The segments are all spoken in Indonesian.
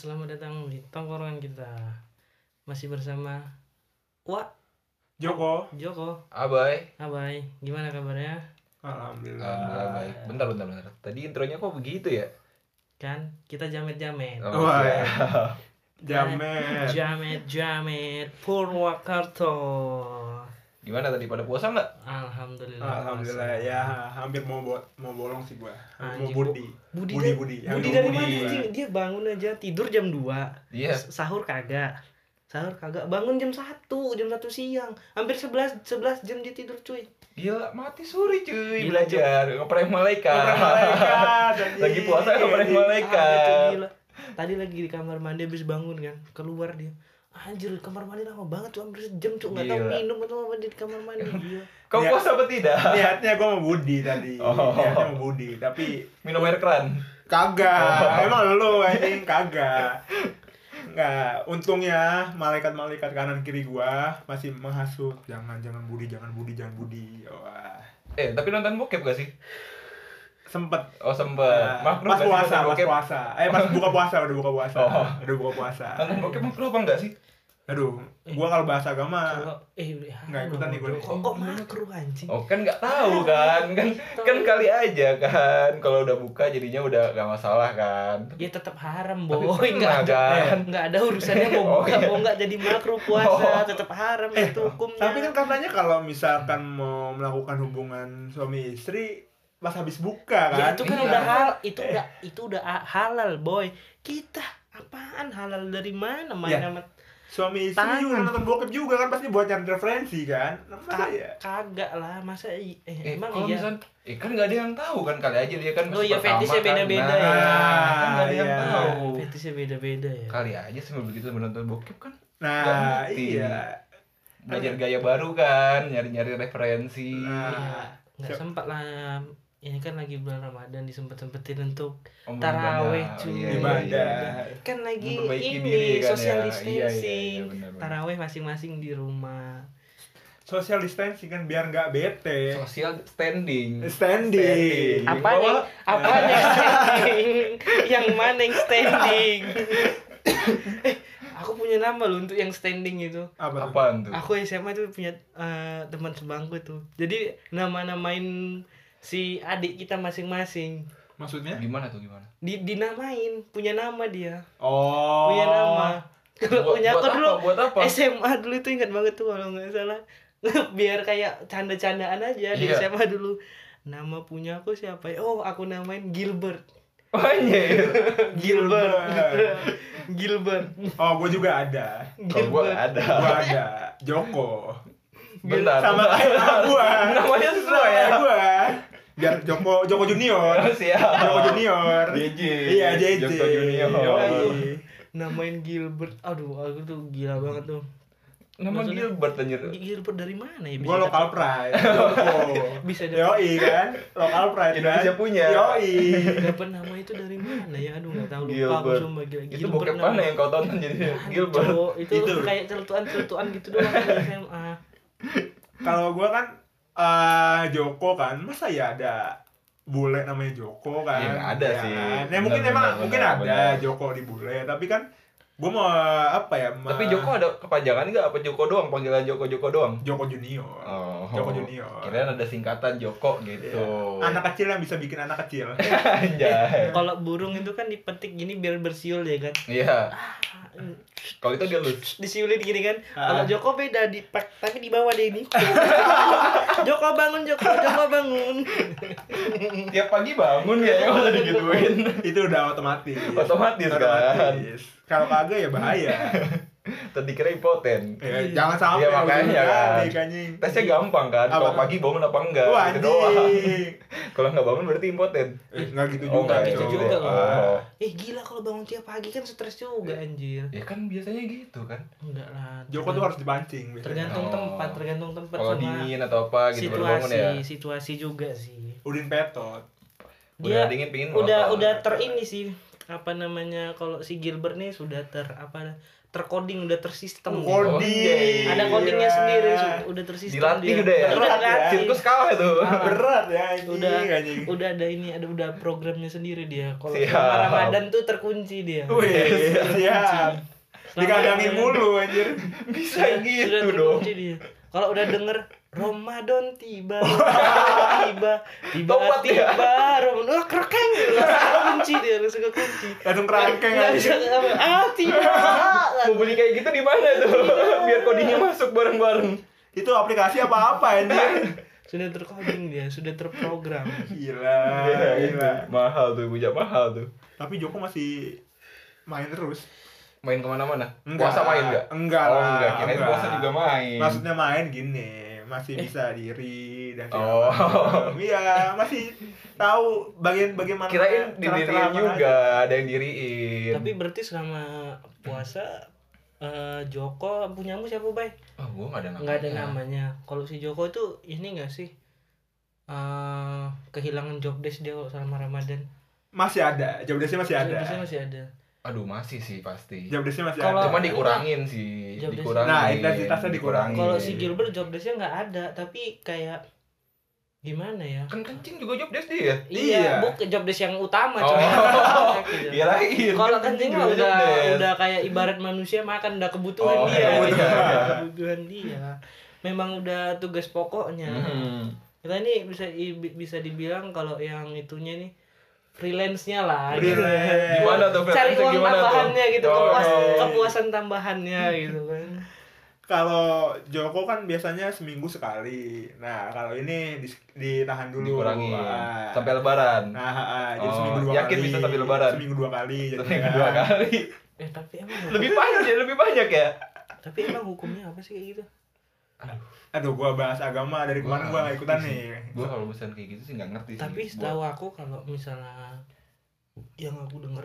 selamat datang di tongkrongan kita. Masih bersama Joko. Abai. Gimana kabarnya? Alhamdulillah. Baik. Bentar. Tadi intronya kok begitu ya? Kan kita jamet-jamet. Oh, Wah, siap. Jamet. Purwakarta. Gimana tadi pada puasa nggak? Alhamdulillah. Ya, hampir mau bolong sih gua. Mau Anjing, Budi. Budi Hampir dari Budi. mana anjing? Dia bangun aja tidur jam 2. Iya. Sahur kagak. Bangun jam 1 siang. Hampir 11 jam dia tidur, cuy. Gila, mati suri cuy. Gila, Belajar ngeprank malaikat. Malaikat. Lagi puasa ngeprank malaikat. Cuy, gila. Tadi lagi di kamar mandi habis bangun kan. Keluar dia. Anjir, kamar mandi lama banget tuh, hampir sejam tuh, enggak tahu Gila. minum atau apa di kamar mandi. Gila. Kau Niat- puasa apa tidak? Niatnya gua mau Budi tadi. Oh. Niatnya mau Budi, tapi Minum air keran. kagak. Emang lu anjing kagak. Enggak, untungnya malaikat-malaikat kanan kiri gua masih menghasut, jangan Budi. Wah. Tapi nonton bokep gak sih? Sempet Oh sempet. Makruh pas gak sih puasa, nonton bokep? pas buka puasa. Oh. Udah buka puasa. Nonton bokep makruh apa enggak sih? Aduh, gua kalau bahasa agama Kalau nggak ikutan nih gua nih. Kok makruh anjing? Oh kan nggak tahu kan kali aja kan kalau udah buka jadinya udah nggak masalah kan. Ya tetap haram, Tapi boy. pernah, kan? Enggak ada urusannya mau Oh, buka iya. mau enggak jadi makruh puasa, tetap haram itu hukumnya. Tapi kan katanya kalau misalkan mau melakukan hubungan suami istri pas habis buka ya kan. itu kan Iya. udah hal, itu udah halal, boy. Kita apaan halal dari mana main Ya. sama Suami istri Tangan. juga nonton bokep juga kan pasti buat cari referensi kan. Masa ya? kagak lah, masa emang Kalau iya. misal, kan nggak ada yang tahu kan kali aja dia kan Oh iya, pertama fetishnya kan. beda-beda Nah, ya. kan nggak ada yang Iya. tahu. Fetisnya beda-beda ya. Kali aja sambil begitu menonton bokep kan Nah, nggak ngerti. iya. Belajar gaya baru kan, nyari-nyari referensi. Nah. Ya, nggak sempat lah. Ini kan lagi bulan Ramadan, disempet-sempetin untuk Oh, taraweh, ibadah. cuy. Iya, Ibadah. Kan lagi Memperbaiki ini diri kan ya. social Iya, distancing. benar-benar. Taraweh masing-masing di rumah. Social distancing kan biar nggak bete. Social standing. Standing. Apanya? Apanya standing? Yang mana yang standing? Aku punya nama loh untuk yang standing itu. Apa? Apaan tuh? Aku SMA tuh punya teman sebangku tuh. Jadi nama-namain si adik kita masing-masing. Maksudnya? Gimana tuh gimana? Dinamain, punya nama dia. Oh. Punya nama. Kalau punya aku dulu Buat apa? SMA dulu itu ingat banget tuh kalau nggak salah. Biar kayak canda-candaan aja di Iya. SMA dulu. Nama punya aku siapa ya? Oh, aku namain Gilbert. Oh iya. Gilbert. Oh, gue juga ada. Kalau gua ada. Gua ada. Joko. Bentar. Sama kayak gua. Namanya sesuai ya. Kayak gua. Biar Joko Junior. Siap. Joko Junior. JJ. Iya, JJ. Joko Junior. Yoi. Namain Gilbert. Aduh, aku tuh gila banget tuh. Nama Maksudnya- Gilbert anjir. Gilbert dari mana ya? Gua local pride. Joko. Bisa dapat Yoi kan? Local pride kan? Indonesia punya. Yoi. dapat nama itu dari mana ya? Aduh, nggak tahu, lupa aku Gilbert. sumpah, gila. Itu Gilbert bokep namanya. mana yang kau tonton jadi Gilbert? Cowok, itu Itu. kayak celutuan gitu doang di SMA. Kalau gua kan Joko kan, masa ya ada bule namanya Joko kan? Iya, nggak ada Ya sih. kan? Ya mungkin Benar, mungkin benar, ada benar. Joko di bule, tapi kan gua mau apa ya? Tapi Joko ada kepanjangan nggak? Apa Joko doang? Panggilan Joko doang? Joko Junior. Oh. Joko Junior. Kirain ada singkatan Joko gitu. Iya. Anak kecil yang bisa bikin anak kecil. Anjay. Kalau burung itu kan dipetik gini biar bersiul ya kan. Iya. Kalau itu dia lus. Disiulin gini kan. Ah. Kalau Joko beda tapi di bawah dia ini. Joko bangun, Joko bangun. Tiap pagi bangun kayaknya kalau digituin. Itu udah otomatis. Otomatis kan. Kalau kagak ya bahaya. Tadi kira impoten. Ya, jangan sampai Iya, makanya kan. anjing. Tesnya gampang kan. Kalau Apa? pagi bangun apa enggak? Wah, Gitu doang. anjing. Kalau nggak bangun berarti impoten. Enggak gitu Oh, juga. nggak gitu Cok. juga, Oh. Gila kalau bangun tiap pagi kan stres juga anjir. Ya kan biasanya gitu kan. Enggak lah. Joko tuh harus dipancing biasanya. tergantung Oh. tergantung tempat Kalau sama dingin atau apa gitu baru bangun ya. situasi juga sih. Udin Petot. Udah Dia dingin pingin udah nonton. terini sih apa namanya, kalau si Gilbert nih sudah tercoding, udah tersistem dia. Coding. Ada codingnya sendiri, udah tersistem Dilatih dia. udah ya. Udah dilatih. Sirkus kalah itu. Berat ya ini. Udah ada ini, udah programnya sendiri dia. Kalau Siap. selama Ramadan tuh terkunci dia. Wih, siap. Dikandangin mulu anjir. Bisa Sudah gitu dong. terkunci dia. Kalau udah denger Ramadan tiba, Tobat ya. Ramadan, wah kerekeng, langsung kunci dia, langsung kekunci. Langsung kerangkeng Nggak bisa aja. tidak. Mau beli kayak gitu di mana tuh? Biar codingnya masuk bareng-bareng. Itu aplikasi apa-apa anjir. Sudah tercoding dia, sudah terprogram. Gila, gila. Mahal tuh, punya mahal tuh. Tapi Joko masih main terus. Main kemana-mana? Enggak. Puasa main nggak? Enggak Oh, lah, enggak. Kirain enggak. puasa juga main. Maksudnya main gini, masih bisa diri dan Oh. Iya, masih tahu bagaimana Kirain cara-cara didiriin mana juga, aja. ada yang diriin. Tapi berarti selama puasa Joko punyamu siapa, Bay? Oh, gua nggak ada namanya. Nggak ada namanya. Kalau si Joko itu ini nggak sih? Kehilangan job desk dia kalau selama Ramadan. Masih ada, job desk-nya masih ada. Job desk-nya masih ada. Aduh, masih sih pasti. Job desk-nya masih Kalau- ada. Cuma dikurangin sih, Job desk- dikurangin. Nah, intensitasnya dikurangin. Kalau si Gilbert job desk-nya nggak ada, tapi kayak gimana ya? Kan kencing juga job desk dia. Iya. Bukan job desk yang utama, Oh. gitu. Kirain. Kalau kan kencing mah juga job desk. udah kayak ibarat manusia makan, udah kebutuhan Oh, dia. iya, gitu. iya. Kebutuhan dia. Memang udah tugas pokoknya. Kita ini bisa dibilang kalau yang itunya nih freelance-nya lah. Gitu. Freelance. Gimana tuh Cari freelance-nya uang gimana tuh? tambahannya gitu, Oh. kepuasan tambahannya gitu kan. Kalau Joko kan biasanya seminggu sekali. Nah, kalau ini ditahan dulu. Dikurangin Ah. sampai lebaran. Nah, jadi Oh, seminggu 2 yakin kali. bisa sampai lebaran? Seminggu 2 kali. Jadi Seminggu 2 kali. Tapi emang Lebih panjang, lebih banyak ya. tapi emang hukumnya apa sih kayak gitu? Aduh, gua bahas agama dari kemarin gua nggak ikutan nih. Gua kalau misalnya kayak gitu sih nggak ngerti sih. Tapi setahu aku kalau misalnya yang aku dengar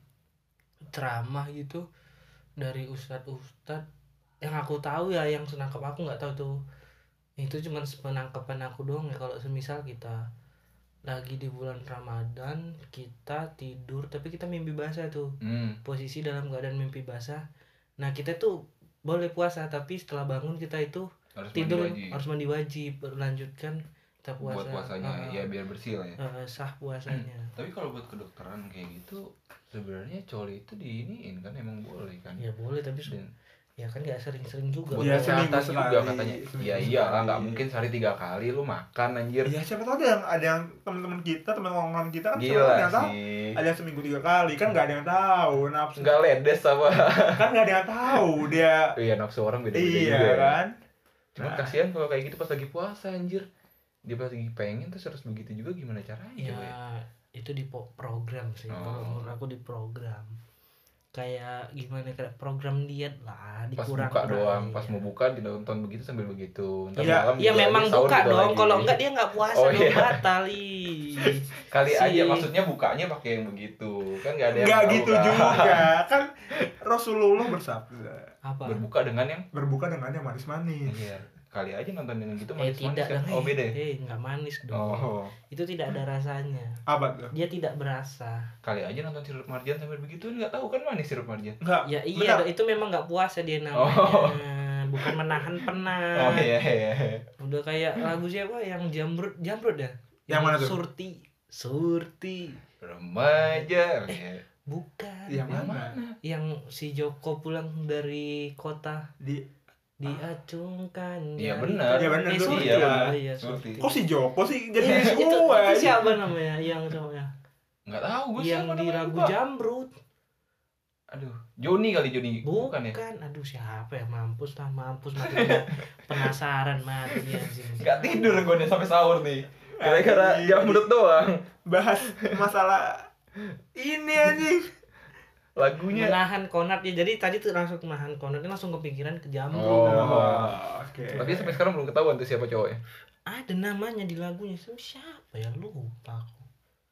ceramah gitu dari ustadz yang aku tahu ya, yang senangkap aku nggak tahu tuh, itu cuman penangkapan aku doang ya. Kalau semisal kita lagi di bulan Ramadan, kita tidur tapi kita mimpi basah tuh, posisi dalam keadaan mimpi basah, nah kita tuh boleh puasa, tapi setelah bangun kita itu harus tidur mandi wajib. harus mandi wajib, lanjutkan kita puasa. Buat puasanya ya biar bersih lah ya. Sah puasanya. Tapi kalau buat kedokteran kayak gitu sebenarnya coli itu diiniin kan, emang boleh kan? Ya boleh, tapi Dan ya kan nggak sering-sering juga. buat Ya, kesehatan seminggu juga sekali. katanya. Seminggu Ya iyalah, nggak sekali. mungkin sehari 3 kali lu makan anjir. Ya siapa tahu ada yang teman-teman kita, teman-teman kita kan siapa Gila yang tahu. sih. Ada yang seminggu 3 kali, kan nggak ada yang tahu nafsu. Nggak ledes apa? Kan nggak ada yang tahu dia. Iya, nafsu orang beda-beda Iya juga. kan. Cuma Nah. kasihan kalau kayak gitu pas lagi puasa anjir. Dia pas lagi pengen terus harus begitu juga, gimana caranya Ya coba ya? itu di program sih. Kalau Oh. menurut aku di program. Kayak gimana, kayak program diet lah, Pas dikurang. buka doang, pas mau buka dinonton begitu sambil begitu. Ntar Iya, malam Iya juga memang lagi sahur buka gitu dong. lagi. Kalau enggak dia nggak puasa Oh, dong, iya. batal. Kali Si- aja maksudnya bukanya pakai yang begitu. Kan nggak ada yang Nggak tahu gitu kan. juga. Kan Rasulullah bersabda, Apa? Berbuka dengan yang berbuka dengan yang manis-manis. iya. Kali aja nonton yang gitu Tidak manis-manis kan. dong. Oh, beda ya? Nggak manis dong. Oh, Itu tidak ada rasanya. Apa tuh? Dia tidak berasa. kali aja nonton sirup marjan sambil begitu nggak tahu kan manis sirup marjan. Enggak. Ya iya, Bentar. itu memang nggak puasa dia namanya. Oh. Bukan menahan penat. Oh iya iya. Udah kayak lagu siapa yang jamrut ya? Yang mana tuh? Surti. Remaja. Bukan. Yang Yang mana? mana? Yang si Joko pulang dari kota diacungkan. Iya, jari benar. Iya, benar, Surti. Surti. Iya, Oh, benar. iya, Surti. Kok si Joko sih jadi Iya, itu gua? siapa namanya yang cowoknya? Nggak tahu gue Yang di Ragu Jamrut. Aduh, Joni kali Joni. Bukan. ya? Aduh, siapa ya? Mampus mati. Penasaran mati anjing. Nggak tidur gue nih sampai sahur nih. Gara-gara jamrut doang. Bahas masalah ini anjing. Lagunya. Menahan konat ya. Jadi tadi tuh langsung menahan konatnya, langsung kepikiran ke Jamrut. Oh. Oke. Tapi sampai sekarang belum ketahuan tuh siapa cowoknya. Ada namanya di lagunya. Siapa ya? Lupa aku.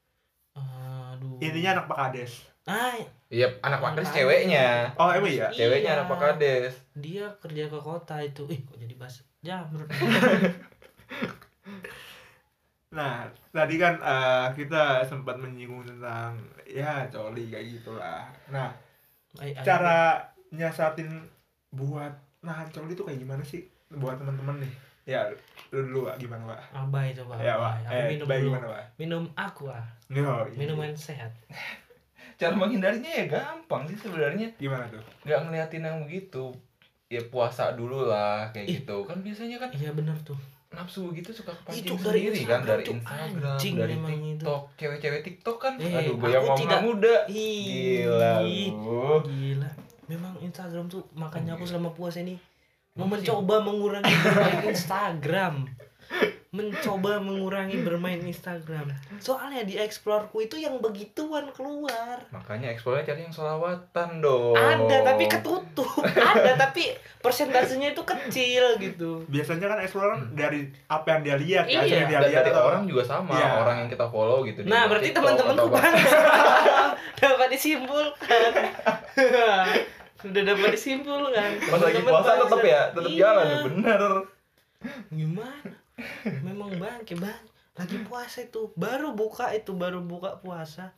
Aduh. Intinya anak Pak Kades. Iya, anak Pak Kades ceweknya. Oh, emang iya? Ceweknya Iya. anak Pak Kades. Dia kerja ke kota itu. Kok jadi bahas Jamrut. Nah, tadi kan kita sempat menyinggung tentang ya coli kayak gitulah. Nah, cara nyiasatin buat nahan coli itu kayak gimana sih buat teman-teman nih? Ya, lu dulu Pak, gimana Pak? Abai coba. Ya Pak, Aku minum baik dulu. gimana Pak? Minum aqua. Yo, iya. Minuman sehat. Cara menghindarinya ya gampang sih sebenarnya. Gimana tuh? Nggak ngeliatin yang begitu. Ya puasa dulu lah kayak Ih. gitu. Kan biasanya kan Iya benar tuh. nafsu gitu suka kepancing Itu dari sendiri kan, Instagram dari tuh Instagram, anjing dari memang itu. TikTok. Cewek-cewek TikTok kan, Aku aduh goyang mama tidak- muda. Ih. Gila lu. Gila. Memang Instagram tuh makanya aku selama puasa ini mau Apa sih? mencoba mengurangi bermain Instagram. Mencoba mengurangi bermain Instagram. Soalnya di explore-ku itu yang begituan keluar. Makanya eksplornya cari yang selawatan dong. Ada tapi ketutup. Ada tapi persentasenya itu kecil gitu. Biasanya kan explore kan dari apa yang dia lihat ya, Iya. yang dia Dan lihat dari atau orang juga sama, Iya. orang yang kita follow gitu. di Nah, berarti TikTok teman-temanku atau apa. bangsa. Dapat disimpulkan. Sudah dapat disimpulkan. Pas lagi Teman-teman puasa tetap bangsa. ya, tetap Iya. jalan ya, bener. Gimana? Memang bangke bang. Lagi puasa itu baru buka puasa.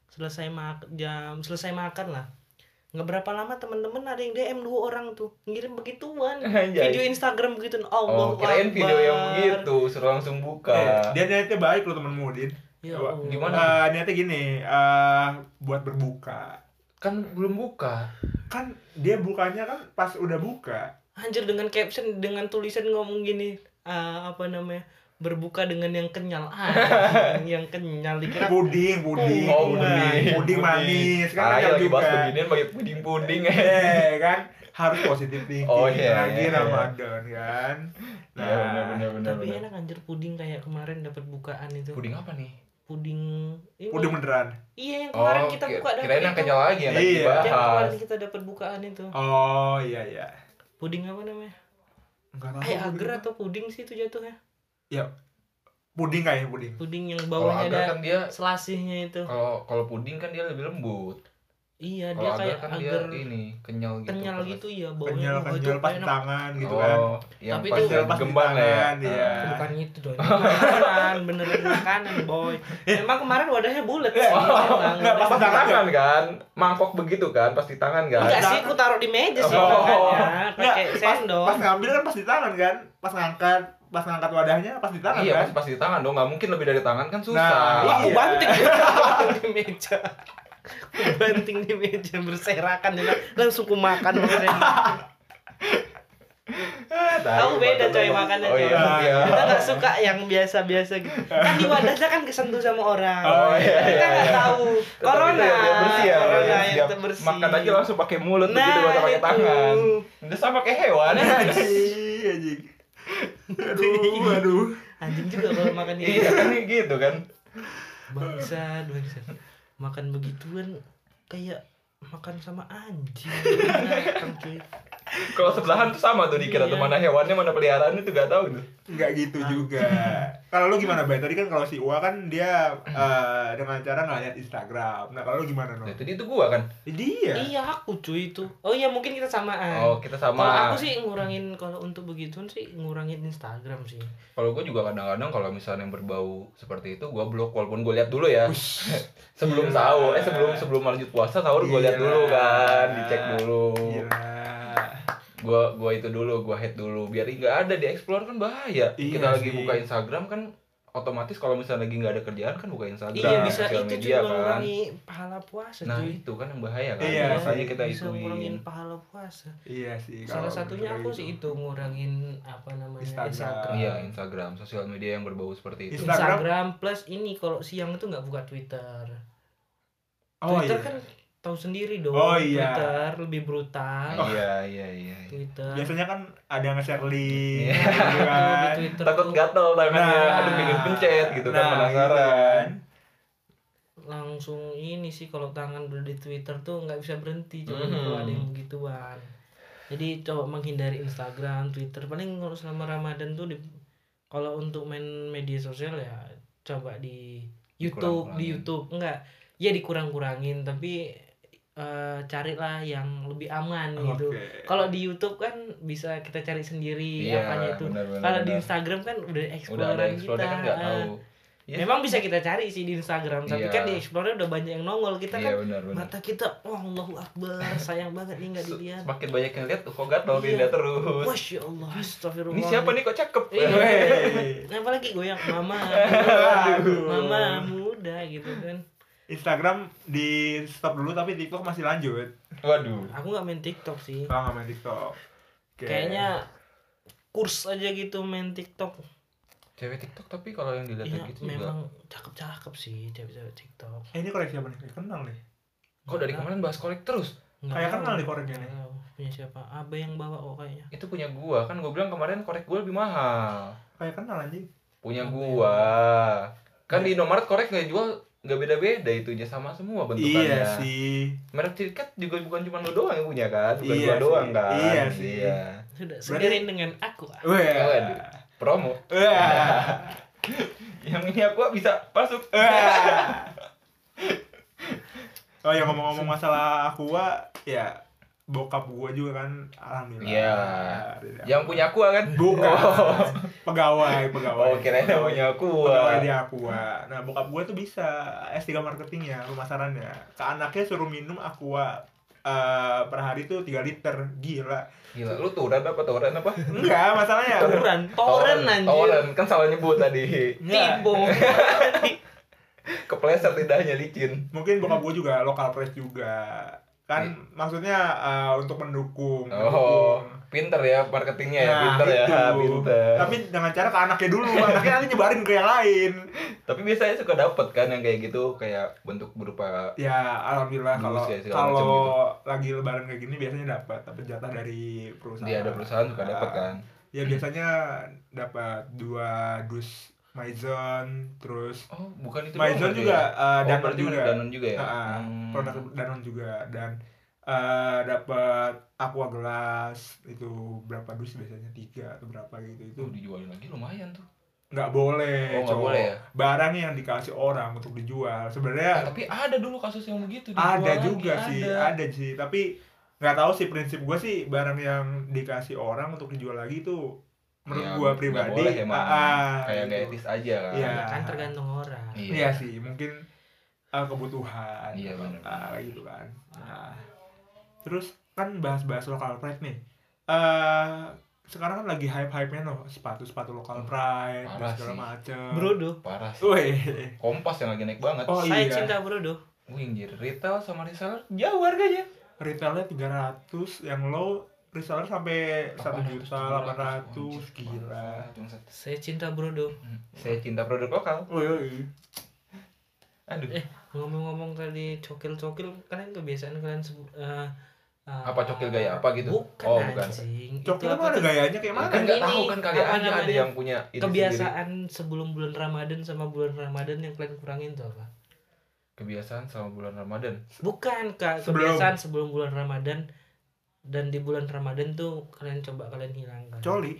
Selesai makan lah. Nggak berapa lama teman-teman ada yang DM 2 orang tuh ngirim begituan. Anjay. Video Instagram begitu. Oh, kirain video yang begitu, suruh langsung buka. dia niatnya baik loh temenmu, Din. Ya Coba. Allah. Gimana? Niatnya gini, buat berbuka. Kan belum buka. Kan dia bukanya kan pas udah buka. Anjir dengan caption dengan tulisan ngomong gini apa namanya berbuka dengan yang kenyal yang kenyal dikira Puding Oh, puding manis kan Ayo kenyal lagi juga. bahas beginian pakai puding-puding. Kan harus positif thinking. Oh, iya, Lagi iya. Ramadan kan. Iya, benar. tapi enak anjir puding kayak kemarin dapat bukaan itu Puding apa nih? puding ini. Puding beneran. Iya yang kemarin kita buka dapat kirain yang itu. kenyal lagi yang tadi Iya. Yang kemarin dibahas. kita dapat bukaan itu Oh iya. puding apa namanya Enggak tahu. agar atau puding sih itu jatuhnya Ya. Puding kayaknya puding. puding yang Kalau bawahnya agar ada kan dia selasihnya itu kalau puding kan dia lebih lembut. iya dia Kalau agar kayak kan agar dia ini kenyal gitu. kenyal keras. gitu ya bawahnya Kenyal pas di enak. tangan gitu kan. Oh, yang Tapi pas itu- yang Pas di gemban ya. tangan, iya. Bukan itu dong, ini makanan, beneran makanan boy. Emang kemarin wadahnya bulat sih, emang. Enggak, Pas di tangan kan, mangkok begitu kan, pas di tangan kan. Enggak sih, aku taruh di meja sih Oh. makanya, Nggak, pakai sendok. pas ngambil kan pas di tangan kan. Pas ngangkat wadahnya pas di tangan Iya, kan. pas di tangan dong, nggak mungkin lebih dari tangan kan susah. Nah, Wah, aku iya. banting di meja. Aku banting di meja berserakan ya. Langsung ku makan makanya. Tahu beda coy makannya Oh coy. iya, iya. Kita nggak suka yang biasa-biasa gitu. Kan di wadahnya kan kesentuh sama orang. Oh, iya, Kita nggak iya. tahu. Tetap Corona. itu ya, biar bersih ya, Corona biar yang siap bersih. makan aja langsung pakai mulut Nah, begitu, nggak usah pakai itu. tangan. Udah sama kayak hewan. Anjing. Aduh. Anjing juga kalau makan Iya kan gitu kan. bangsat. Makan begituan kayak makan sama anjing. Makan cuy. Kalau sebelahan tuh sama tuh dikira Iya. tuh mana hewannya mana peliharaan itu gak tahu tuh. Enggak gitu juga. Kalau lu gimana, Bay? Tadi kan kalau si Ua kan dia dengan cara nggak lihat Instagram. Nah, kalau lu gimana, Nah, no? itu gua kan. Dia. Iya aku cuy itu. Oh iya mungkin kita samaan. Oh, kita Kalau sama. aku sih ngurangin kalau untuk begituan sih ngurangin Instagram sih. Kalau gua juga kadang-kadang kalau misalnya yang berbau seperti itu gua blok walaupun gua lihat dulu ya. Sebelum Gila. sahur, sebelum lanjut puasa sahur gua lihat Gila. dulu kan, dicek dulu. Gila. Gua itu dulu, gua head dulu biar nggak ada di explore kan bahaya. Iya Kita lagi sih. buka Instagram kan otomatis kalau misalnya lagi nggak ada kerjaan kan buka Instagram, Iya bisa sosial itu media juga kan. mengurangi pahala puasa Nah, cuy. itu kan yang bahaya kan. Iya Makanya sih, kita bisa ngurangin ituin. pahala puasa. Iya sih. Salah kalau satunya bener aku kayak sih gitu. itu ngurangin apa namanya Instagram. Instagram. Iya, Instagram, sosial media yang berbau seperti itu. Instagram. Plus ini kalau siang itu nggak buka Twitter. Oh Twitter iya. kan tahu sendiri dong. Oh, iya. Twitter lebih brutal. Iya. Twitter. Biasanya kan ada yang nge-share link, Iya. gitu Di kan. Twitter Takut tuh gatel tangannya, Nah. aduh pengen pencet gitu kan Nah, penasaran. langsung ini sih kalau tangan udah di Twitter tuh nggak bisa berhenti coba Mhm. kalau ada yang begituan. Jadi coba menghindari Instagram, Twitter. Paling kalau selama Ramadan tuh kalau untuk main media sosial ya coba di YouTube, di Dikurang-kurangin. YouTube enggak. Ya dikurang-kurangin tapi carilah yang lebih aman gitu. Oke. Kalau di YouTube kan bisa kita cari sendiri Iya, apanya itu. benar, Kalau di benar. Instagram kan udah Udah ada explorean explore kita. kan nggak tahu. Yes. Memang bisa kita cari sih di Instagram, tapi Iya. kan di Explore udah banyak yang nongol. Kita Iya, kan benar. mata kita, wah Allahu Akbar, sayang banget nih nggak dilihat. Semakin banyak yang lihat, kok gatel Iya. pindah terus. Masya Allah, astagfirullah. Ini siapa nih kok cakep? Iya. Wey. Apalagi goyang mama, Aduh. mama muda gitu kan. Instagram di stop dulu tapi TikTok masih lanjut. Waduh. Aku nggak main TikTok sih. Kalau nggak main TikTok. Oke. Kayaknya kurs aja gitu main TikTok. Cewek TikTok tapi kalau yang dilihat Iya, gitu juga. memang cakep-cakep sih cewek-cewek TikTok. Ini korek siapa nih? Kayak kenal nih. Kok dari kemarin bahas korek terus? Nggak Kayak tahu. kenal nih koreknya nih. Nggak tahu. Punya siapa? Abe yang bawa kayaknya. Itu punya gua, kan gua bilang kemarin korek gua lebih mahal. Kayak kenal anjing. Punya Apa gua. Kan di Indomaret korek nggak jual, nggak beda-beda itunya, sama semua bentukannya. Iya sih. Merek Ciket juga bukan cuma lu doang yang punya kan, bukan Iya gua doang sih. kan. Iya sih. Iya. Sudah Berarti- segarin dengan aku. Wah. Waduh. Promo. Wah. Yang ini aku bisa masuk. Wah. Oh ya, ngomong-ngomong masalah Aqua, ya bokap gua juga kan alhamdulillah. Iya. Yang punya Aqua kan? bukan Oh, pegawai. oh kirain yang punya Pegawai Aqua. di Aqua. Nah, bokap gua tuh bisa S3 marketingnya, pemasarannya. Ke anaknya suruh minum Aqua per hari tuh 3 liter. Gila. Gila, lu toren apa? Enggak, masalahnya. Toren anjir. Toren, kan salah nyebut tadi. Enggak. Timbung. Kepleset lidahnya licin. Mungkin bokap gua juga lokal press juga. Kan maksudnya untuk mendukung. Oh, pinter ya marketingnya ya, Nah, pinter ya, itu. pinter. Tapi dengan cara ke anaknya dulu, anaknya nanti nyebarin ke yang lain. Tapi biasanya suka dapet kan yang kayak gitu, kayak bentuk berupa Ya, alhamdulillah kalau Dus ya, segala macam gitu. lagi lebaran kayak gini biasanya dapat jatah dari perusahaan. dia ada perusahaan suka dapet kan. Ya biasanya dapat 2 dus Maison, terus Oh, bukan itu Maison doang berarti juga ya? Danone berarti juga. Danone juga ya. Produk Danone juga dan dapat Aqua gelas itu berapa dus biasanya 3 atau berapa gitu itu Itu dijualin lagi lumayan tuh. nggak boleh. Oh, nggak cowok. boleh ya? Barang yang dikasih orang untuk dijual sebenarnya Tapi ada dulu kasus yang begitu dijual ada lagi, juga sih, ada sih, tapi nggak tahu sih, prinsip gue sih barang yang dikasih orang untuk dijual lagi itu menurut Ya, gue nggak pribadi boleh emang. Kayak gitu. nggak etis aja kan. Iya. Kan tergantung orang. Iya sih, mungkin kebutuhan Iya, benar. kayak gitu kan. Nah, terus kan bahas-bahas lokal pride nih. Sekarang kan lagi hype-hype-nya loh, sepatu lokal pride dan Parah segala sih. macem. Brodo. Parah sih. Wih. Kompas yang lagi naik banget. Oh, Saya iya. cinta Brodo. Wih, anjir, retail sama reseller jauh harganya. Retailnya 300, yang low reseller sampai 1.800.000, gila. Saya cinta Brodo. Saya cinta produk lokal. Wih. Aduh. Ngomong-ngomong tadi cokil-cokil, kalian kebiasaan kalian Apa cokil gaya apa gitu? Bukan, Oh, bukan. anjing. Cokil Itu mah ada tuh? gayanya kayak mana? Kan nggak Ini, tahu kan kali apa aja ada namanya? yang punya ide Kebiasaan sebelum bulan Ramadan sama bulan Ramadan yang kalian kurangin tuh apa? sendiri. Kebiasaan sama bulan Ramadan. Bukan, Kak. Kebiasaan sebelum bulan Ramadan dan di bulan Ramadan tuh kalian hilangkan. Coli.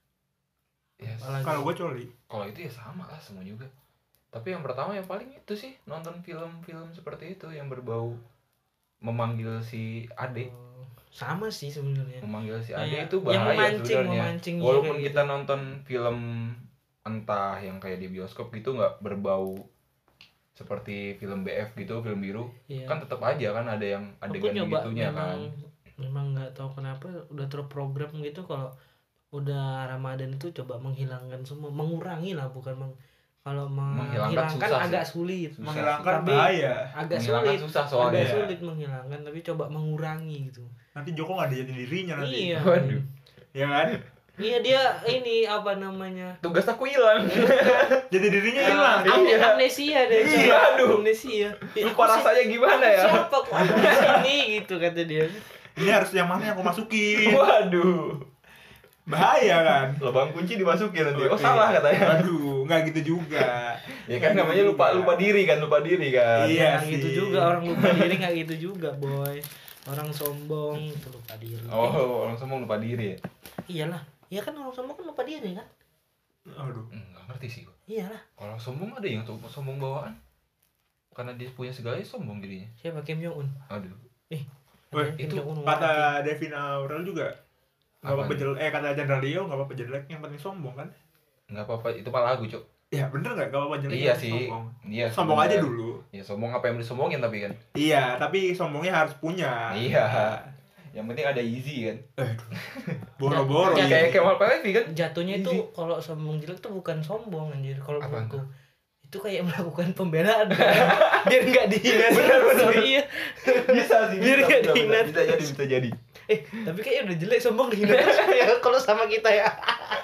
Ya, Apalagi? Kalau gue coli. kalau itu ya sama lah semua juga. Tapi yang pertama yang paling itu sih nonton film-film seperti itu yang berbau memanggil si Ade. Sama sih sebenarnya. Memanggil si Kayak Ade itu yang bahaya sebenarnya. memancing Walaupun kayak kita nonton film entah yang kayak di bioskop gitu nggak berbau seperti film BF gitu, film biru, Iya. kan tetap aja kan ada yang Aku adegan nyoba begitunya kan. memang nggak tahu kenapa udah terprogram gitu kalau udah Ramadan itu coba menghilangkan semua, mengurangi lah, bukan kalau menghilangkan susah agak sih. sulit. Susah. Menghilangkan Tapi bahaya. agak Menghilangkan sulit, susah soalnya. agak sulit menghilangkan, tapi coba mengurangi gitu. Nanti Joko nggak ada jati dirinya nanti. Iya. Waduh. Ya kan? Iya, dia ini apa namanya? Tugas aku hilang. Jati dirinya hilang. Iya. Amnesia deh. Iya, coba. aduh. Amnesia. Lupa rasanya gimana ya? Siapa kok ada di sini gitu kata dia. Ini harus yang mana yang aku masukin. Waduh. Bahaya kan? Lubang kunci dimasukin nanti. Oh, Oke. salah katanya. Aduh, nggak gitu juga. Ya kan namanya lupa diri kan. Iya Nggak sih. gitu juga, orang lupa diri nggak gitu juga, boy. Orang sombong itu lupa diri. Oh, orang sombong lupa diri ya? Iyalah. Ya kan orang sombong kan lupa diri kan? Aduh. Nggak ngerti sih gua. Iyalah. Kalau sombong ada yang tuh sombong bawaan. Karena dia punya segalanya sombong jadinya. Siapa? Kim Jong Un. Aduh. Weh, Kim itu Jong Un Kata Devin Aurel juga nggak apa-apa Apaan? jelek. Kata Chandra Leo nggak apa-apa jelek, yang penting sombong kan? Nggak apa-apa, itu mah lagu, Cok. Ya bener nggak kalau panjang Iya sih. sombong? Iya. Sombong aja sebenernya. dulu. Ya sombong apa yang disombongin tapi kan. Iya, tapi sombongnya harus punya. Iya. Yang penting ada easy kan. Boro-boro. Ya, Kayak Kemal Palevi kan. Jatuhnya Easy. itu kalau sombong jelek tuh bukan sombong anjir kalau Apaan menurutku. Itu kayak melakukan pembelaan kan? Biar nggak dihina. Bener. Iya. Bisa sih. Biar bisa, nggak bisa, dihina. bisa jadi. Tapi kayaknya udah jelek sombong dihina ya kalau sama kita ya.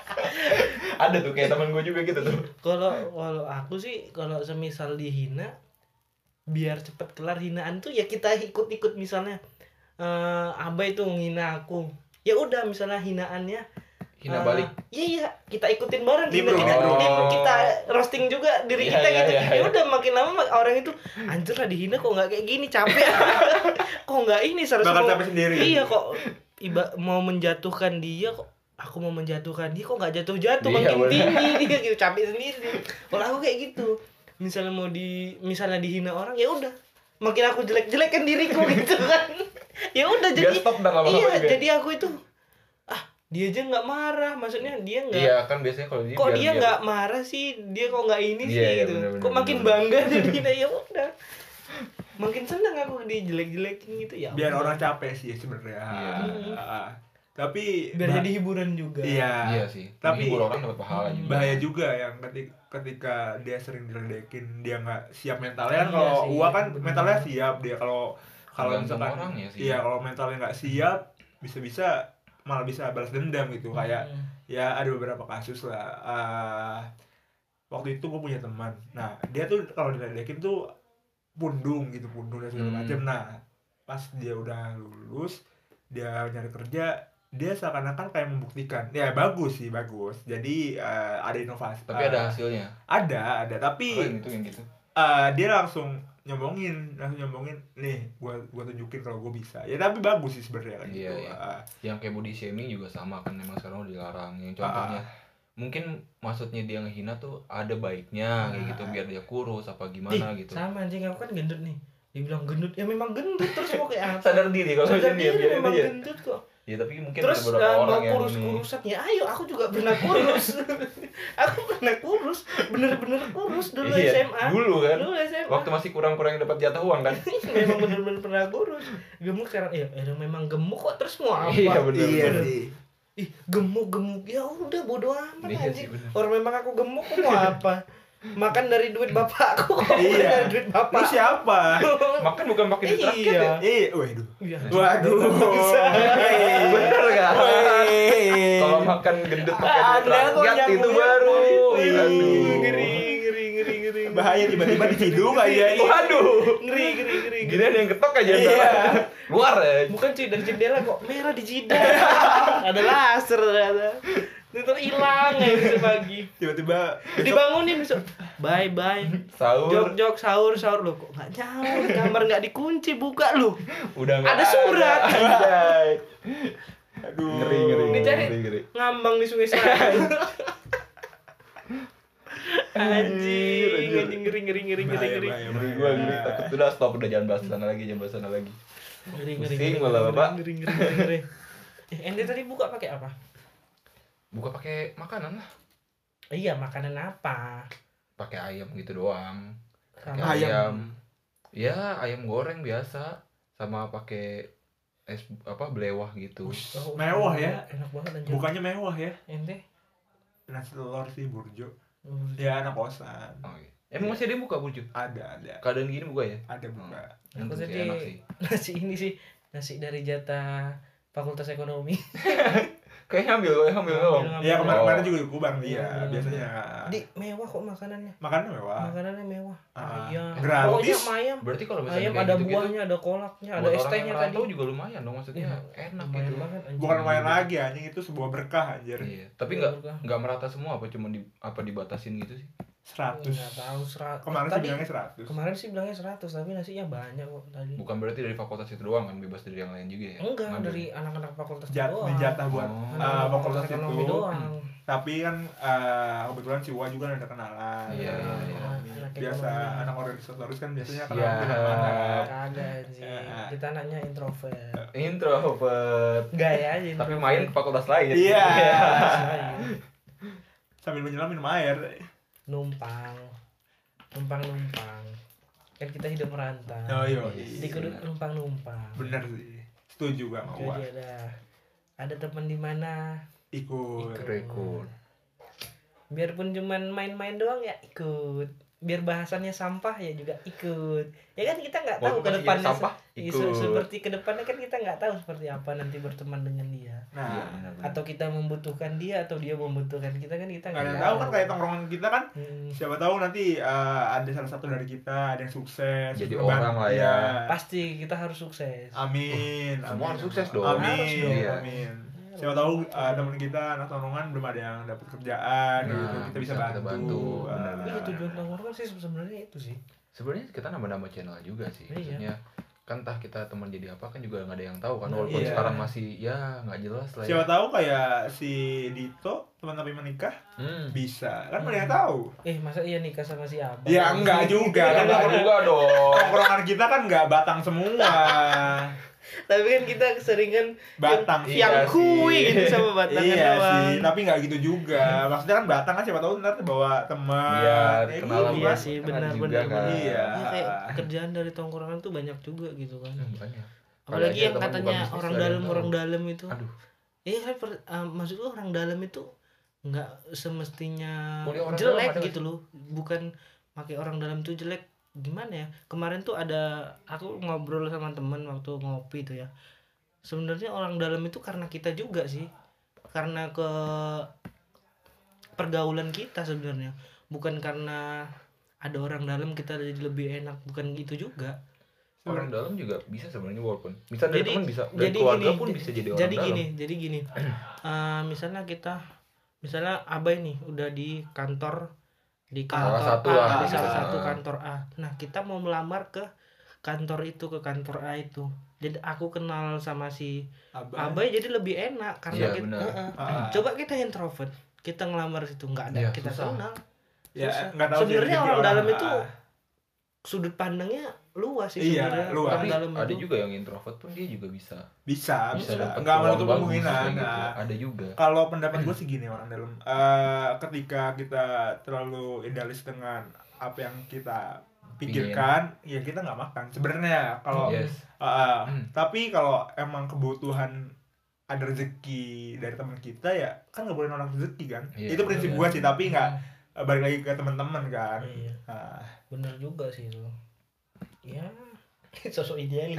Ada tuh kayak teman gue juga gitu tuh. Kalau aku sih kalau semisal dihina biar cepet kelar hinaan tuh ya kita ikut misalnya Abah itu menghina aku. Ya udah misalnya hinaannya Hina balik. Iya, kita ikutin bareng Dim, kita roasting juga diri Iya, kita iya, gitu. iya, Ya iya. udah makin lama orang itu anjir lah dihina kok nggak kayak gini capek. Kok nggak ini seharusnya Bakal kok- capek sendiri. Iya kok mau menjatuhkan dia kok aku mau menjatuhkan dia kok nggak jatuh-jatuh Iya, makin bener. tinggi dia gitu capek sendiri. Kalau aku kayak gitu. Misalnya dihina orang ya udah makin aku jelek-jelekan diriku gitu kan. Ya udah jadi Gak stop dan lama-lama iya juga. jadi aku itu dia aja nggak marah maksudnya dia nggak Iya kan biasanya kalau kok dia nggak marah sih dia kok nggak ini Iya, sih iya, gitu bener, kok makin bener. bangga jadi ya udah makin seneng aku dijelek-jelekin gitu ya Biar udah. orang capek sih sebenarnya. Iya. Tapi biar jadi hiburan juga Iya. Iya sih. Tapi Menghibur orang dapat pahala juga. bahaya juga yang ketika dia sering diledekin dia nggak siap mentalnya kan. Iya Kalau sih, Uwa kan bener. mentalnya siap dia. Kalau Tergantung misalkan orangnya sih. iya kalau mentalnya nggak siap bisa malah bisa balas dendam gitu. Kayak ya ada beberapa kasus lah. Waktu itu gue punya teman. Nah dia tuh kalau diledekin tuh pundung dan segala macam. Nah pas dia udah lulus dia nyari kerja dia seakan-akan kayak membuktikan ya bagus jadi ada inovasi Tapi ada hasilnya. ada Oh, tapi yang gitu. dia langsung nyombongin nih gua tunjukin kalau gua bisa ya tapi bagus sih sebenarnya kayak Iya, gitu. iya. Yang kayak body shaming juga sama kan memang sekarang udah dilarang. Yang contohnya mungkin maksudnya dia ngehina tuh ada baiknya kayak gitu biar dia kurus apa gimana gitu. sama anjing aku kan gendut nih dibilang gendut ya memang gendut terus mau kayak apa Sadar diri kalau sadar dia diri biarin memang aja. gendut kok Ya tapi mungkin terus ada beberapa mau orang yang kurus-kurusan ya ayo aku juga pernah kurus aku pernah kurus bener-bener kurus dulu Iya, SMA dulu kan. dulu SMA Waktu masih kurang-kurang yang dapat jatah uang kan. memang bener-bener pernah kurus gemuk sekarang ya memang gemuk kok terus mau apa Iya, bener. iya Bener. sih ih gemuk ya udah bodo amat Iya anjing sih, bener. orang memang aku gemuk kok mau apa makan dari duit bapakku kok Iya. dari duit lu bapak siapa Makan bukan pakai duit rakyat ya. waduh Iya. waduh Bener kan? Wey. Kalau makan gendut pakai duit Anda kok rakyat itu nyambungnya baru. Ih, Aduh. ngeri bahaya tiba-tiba diciduk aja Waduh. ngeri Gini ada yang ketok aja. Iya. Luar ya. bukan cuy dari jendela kok merah di jidat ada laser ternyata itu hilang ya bisa pagi tiba-tiba dibangunin besok bye Sahur. jok sahur lo kok nggak nyaut kamar nggak dikunci buka lu Udah nggak ada surat Anjay. aduh Ngeri. Dicari. Ngeri. ngambang di sungai Selatan anjing ngeri Bahaya. Ngeri gua ngeri takut udah stop udah jangan bahas sana lagi ngeri Pusing malah, Bapak. ngeri ente tadi buka pakai apa Buka pakai makanan lah. iya makanan apa Pakai ayam gitu doang. Pakai sama Ayam. Ya, ayam goreng biasa sama pakai es belewah gitu. Oh, Mewah ya. enak banget anjir bukannya mewah ya ente nasi telur sih burjo Oh, ya anak kosan Oh, iya. Emang masih ada yang buka burjo? ada Keadaan gini buka ya? ada buka aku Untung sih tadi enak sih. nasi ini sih nasi dari jatah Fakultas Ekonomi Kayak ngambil doang. ya kemarin Oh. juga gue bang dia Iya. biasanya di mewah kok makanannya makannya mewah makanannya mewah ayam gratis. pokoknya ayam Berarti kalau misalnya ayam kayak ada gitu-gitu, buahnya ada kolaknya ada buat es orang tehnya yang tadi rantau juga lumayan dong maksudnya enak lumayan gitu. banget anjing. bukan lumayan lagi anjing itu sebuah berkah anjir Iya, tapi nggak merata semua apa cuma dibatasin gitu sih? 100 nggak tahu kemarin sih tadi bilangnya 100 kemarin sih bilangnya 100 tapi nasinya banyak kok tadi Bukan berarti dari fakultas itu doang kan, bebas dari yang lain juga ya? enggak Ngambil. dari anak-anak fakultas di jatah buat Oh. fakultas ekonomi itu doang tapi kan kebetulan si Wa juga ada kenalan Iya, iya, iya. Anak biasa ekonomi. anak organisatoris kan biasanya Iya. kenalan di mana-mana. kagak sih Ya. kita anaknya introvert Introvert. gaya aja Tapi main ke fakultas lain. Iya. Iya. sambil menyelam minum air numpang kan kita hidup merantau. Oh iya. Jadi kudu numpang. Bener sih. Setuju gak mau. Jadi ada teman di mana Ikut. biarpun cuman main-main doang ya ikut, biar bahasannya sampah ya juga ikut, ya kan kita nggak tahu ke depannya sampah, seperti ke depannya kan kita nggak tahu seperti apa nanti berteman dengan dia. Nah, atau kita membutuhkan dia atau dia membutuhkan kita kan kita nggak tahu kan, kayak tongkrongan kita kan siapa tahu nanti ada salah satu dari kita ada yang sukses jadi orang lah ya. Pasti kita harus sukses. Amin. Semua harus sukses dong. Amin. Siapa tahu teman kita anak tongkrongan belum ada yang dapat kerjaan gitu, kita bisa bantu. Iya, tujuan tongkrongan sih sebenarnya itu sih. Sebenarnya kita nambah-nambah channel juga sih. Maksudnya kan entah kita teman jadi apa kan juga nggak ada yang tahu kan, walaupun sekarang masih ya nggak jelas lah ya. Siapa tahu kayak si Dito teman tapi menikah bisa kan, mana yang tahu. Masa iya nikah sama si Abang? Ya enggak juga kan, juga dong. tongkrongan kita kan nggak batang semua. Tapi kan kita keseringan batang yang kui gitu sama batangan iya doang. sih, tapi nggak gitu juga. Maksudnya kan batang kan siapa tahu ntar bawa teman. Iya, kenal iya sih, benar. Kan. Iya. Kayak kerjaan dari tongkrongan tuh banyak juga gitu kan. Banyak. Apalagi yang katanya orang dalam itu. Aduh. Iya kan, maksud lu orang dalam itu nggak semestinya orang jelek dalam gitu loh. Bukan pakai orang dalam tuh jelek. Gimana ya, kemarin tuh aku ngobrol sama temen waktu ngopi tuh ya, sebenarnya orang dalam itu karena kita juga sih, karena ke pergaulan kita sebenarnya, bukan karena ada orang dalam kita jadi lebih enak, bukan gitu juga. Orang dalam juga bisa sebenarnya, walaupun bisa dari teman, bisa dari keluarga pun bisa jadi orang dalam. Jadi gini misalnya Abai nih udah di kantor di salah satu kantor A. Nah, kita mau melamar ke kantor A itu. Jadi aku kenal sama si Abai jadi lebih enak karena kita coba kita introvert, kita ngelamar situ nggak ada kita kenal. Ya, nggak tahu. Sebenarnya orang dalam itu sudut pandangnya luas sih sebenarnya. Tapi ada juga yang introvert pun dia juga bisa nggak menutup kemungkinan. Ada juga. Kalau pendapat gue sih gini, orang dalam ketika kita terlalu idealis dengan apa yang kita pikirkan, ya kita nggak makan sebenarnya. Kalau tapi kalau emang kebutuhan ada rezeki dari teman kita, ya kan nggak boleh nolak rezeki kan. Itu prinsip gue sih, tapi nggak balik lagi ke teman-teman kan. Bener juga sih itu. Ya, sosok idealis.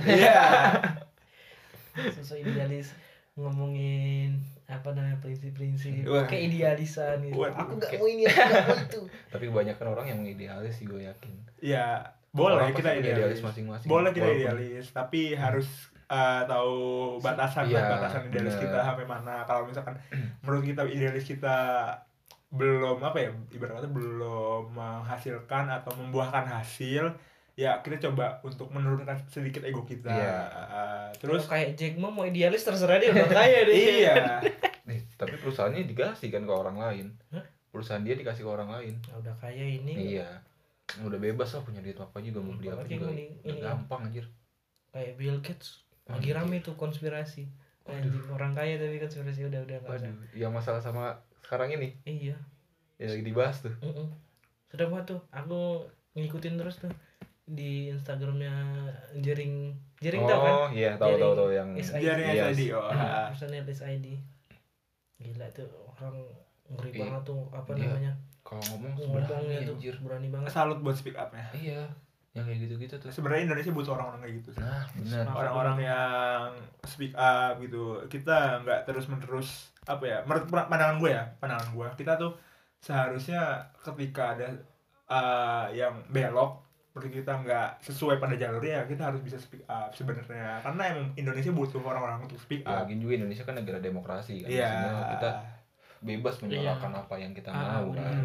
Sosok idealis ngomongin apa namanya prinsip-prinsip. Kayak idealisan gitu. Aku nggak mau ini, aku nggak mau itu. Tapi kebanyakan orang yang idealis sih, gue yakin. Ya, boleh kita idealis masing-masing. Boleh kita idealis, tapi harus tahu batasan idealis kita sampai mana. Kalau misalkan menurut kita idealis kita belum ibarat kata belum menghasilkan atau membuahkan hasil, ya kita coba untuk menurunkan sedikit ego kita. Terus kayak Jack Ma mau idealis terserah dia, udah kaya deh. Iya. Tapi perusahaannya dikasih kan ke orang lain. Perusahaan dia dikasih ke orang lain. Udah kaya ini. Iya. Udah bebas lah, punya duit apa juga, mau beli apa juga. Gampang anjir. Kayak Bill Gates. Lagi rame tuh konspirasi. Anjing, orang kaya tapi konspirasi udah enggak usah. Yang masalah sama sekarang ini. Iya. Ya lagi dibahas tuh. Sudah banget tuh. Aku ngikutin terus tuh di Instagramnya Jering tau kan? Oh iya, tahu yang Jering SID. Personal SID. Gila tuh orang ngeri banget tuh namanya. Kalau ngomongnya tuh berani banget. Salut buat speak up-nya. Iya. Yang kayak gitu-gitu tuh. Sebenarnya Indonesia butuh orang-orang kayak gitu. Nah, benar. Orang-orang yang speak up gitu. Kita nggak terus-menerus menurut pandangan gue, kita tuh seharusnya ketika ada yang belok, seperti kita nggak sesuai pada jalurnya, kita harus bisa speak up sebenarnya, karena emang Indonesia butuh orang-orang untuk speak up. Lagi juga Indonesia kan negara demokrasi kan, kita bebas menyuarakan apa yang kita mau kan.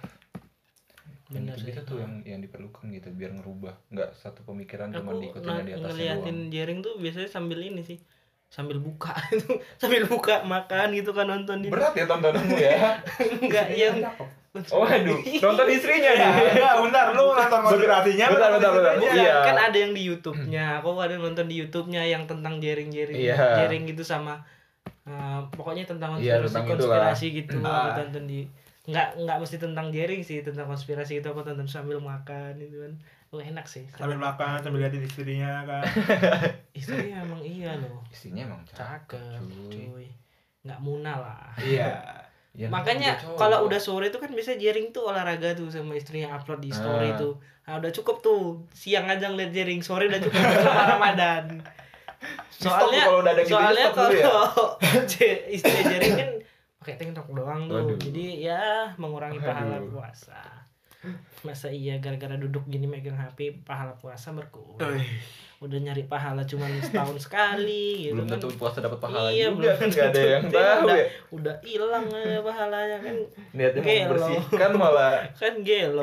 Benar sih. Itu tuh yang diperlukan gitu, biar ngerubah, nggak satu pemikiran cuma diikutin di atasnya doang. Ngeliatin Jering tuh biasanya sambil ini sih, sambil buka itu, sambil buka makan gitu kan, nonton di. Berat ya tontonanmu ya. Enggak yang oh aduh, nonton istrinya nih. Bentar, lu nonton konspirasinya. Bentar. Iya. Kan ada yang di YouTube-nya. Aku ada nonton di YouTube-nya yang tentang Jering gitu sama pokoknya tentang konspirasi gitu. Aku tonton di nggak mesti tentang jaring sih, tentang konspirasi itu, aku tonton sambil makan itu kan. Enak sih sambil makan sambil liatin istrinya kan. Istrinya emang iya loh, istrinya emang cakep cuy, nggak muna lah. Iya. Ya, Makanya kalau udah sore itu kan biasa jaring tuh olahraga tuh sama istrinya upload di story tuh. Nah, udah cukup tuh siang aja ngeliat jaring, sore udah cukup selama Ramadan. Soalnya kalau istri jaring kan pakai TikTok doang tuh. Waduh. Jadi ya mengurangi pahala puasa. Masa iya gara-gara duduk gini megang HP pahala puasa berkurang. Udah nyari pahala cuma setahun sekali gitu. Belum tentu puasa dapat pahala iya, juga kan, nggak ada yang tahu ya. Udah hilang pahalanya kan. Niatnya mau membersihkan malah kan gelo.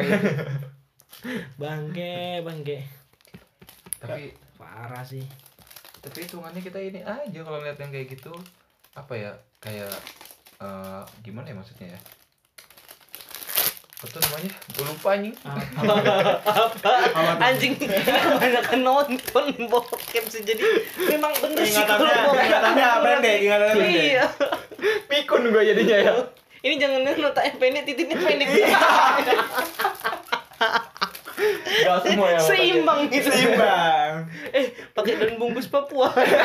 Bangke. Tapi parah sih. Tapi hitungannya kita ini aja kalau lihat yang kayak gitu, apa ya, kayak gimana ya maksudnya ya, apa namanya, gue lupa anjing. Apa anjing, kebanyakan nonton bokep sih, jadi memang bener sih ingatannya pendek. Iya, pikun gue jadinya ya. Ini jangan notaknya pendek, titiknya pendek. Gak semua ya. Seimbang gitu. Seimbang. Pakai daun bungkus Papua.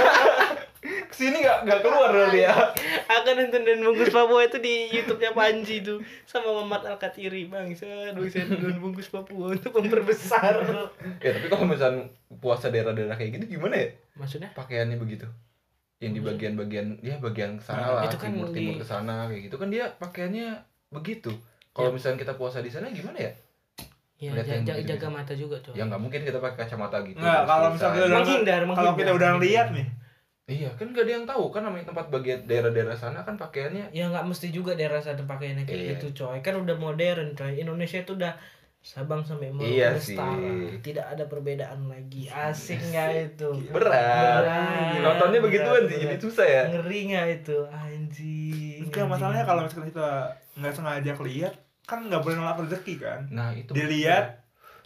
Kesini gak keluar berarti ya. Aku nonton daun bungkus Papua itu di YouTube-nya Panji tuh sama Mamat Al-Katiri, bangsa. Daun bungkus Papua untuk memperbesar. Ya tapi kalau misalnya puasa daerah-daerah kayak gitu gimana ya? Maksudnya? Pakaiannya begitu. Yang di bagian-bagian, ya bagian kesana lah, itu kan timur kesana kayak gitu kan dia pakaiannya begitu. Kalau misalnya kita puasa di sana gimana ya? Ya, jaga mata juga tuh. Ya nggak mungkin kita pakai kacamata gitu. Nggak, kalau misalnya kalau kita udah lihat nih. Iya, kan nggak ada yang tahu kan namanya tempat bagian daerah-daerah sana kan pakaiannya. Ya nggak mesti juga daerah sana pakaiannya kayak gitu coy. Kan udah modern coy. Indonesia itu udah Sabang sampai Merauke setara. Tidak ada perbedaan lagi. Asik nggak itu? Berat. Nontonnya begituan sih, jadi susah ya. Ngeri nggak itu, anjing. Enggak, masalahnya kalau misalnya kita nggak sengaja lihat kan nggak boleh nolak rezeki kan. Nah itu dilihat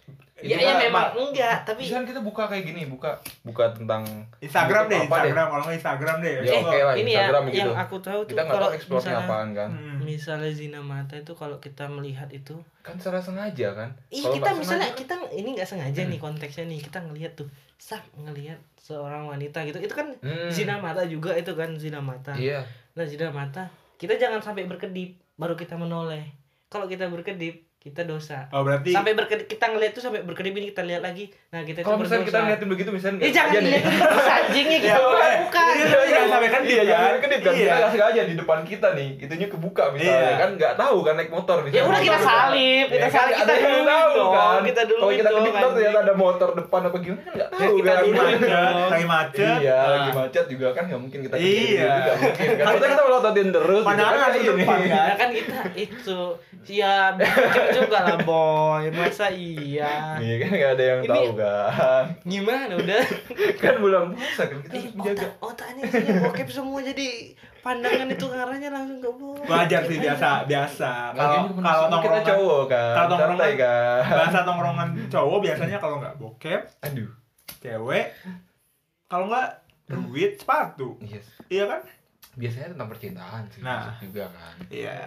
ya memang enggak, tapi misalkan kita buka kayak gini, buka tentang Instagram deh, kalau nggak Instagram deh ya oke lah, ini Instagram ya, gitu. yang aku tahu tuh kita nggak kalau tahu explore-nya apaan kan. Misalnya zina mata itu kalau kita melihat itu kan secara sengaja kan. Iya, kita misalnya kita ini nggak sengaja nih konteksnya nih, kita ngelihat tuh ngelihat seorang wanita gitu, itu kan zina mata juga, itu kan zina mata. Iya. Nah zina mata kita jangan sampai berkedip baru kita menoleh. Kalau kita berkedip kita dosa. Oh berarti sampai berkedip, kita ngeliat tuh sampai berkedip ini kita lihat lagi. Nah kita itu berdosa. Kalau misalnya kita ngeliatin begitu misalnya jangan liatin terus anjingnya gitu. Bukan. Jangan sampai kedip. Iya, jangan kedip kan. Kita nggak sengaja di depan kita nih, itunya kebuka misalnya kan, nggak tahu kan naik motor misalnya. Ya udah kita salib, kita salib, kita dulu tahu kan. Kita dulu. Kalau kita kedip ternyata ada motor depan apa gimana kan nggak tahu kan. Lagi macet. Iya, lagi macet juga kan nggak mungkin kita kedip. Iya. Nggak mungkin kan. Harusnya kita melototin terus. Pandangan harus depan kan. Kan kita itu siap juga lah boy, masa iya. Iya kan nggak ada yang tahu kan. Gimana udah? Kan bulan puasa kan kita harus menjaga. Otaknya sih bokep semua, jadi pandangan itu ngarahnya langsung ke bawah. Wajar sih, biasa. Kalau kita cowok kan. Kalau tongkrongan kan. bahasa tongkrongan cowok biasanya kalau nggak bokep, aduh, cewek, kalau nggak duit, sepatu. Yes. Iya kan? Biasanya tentang percintaan sih juga kan. Iya.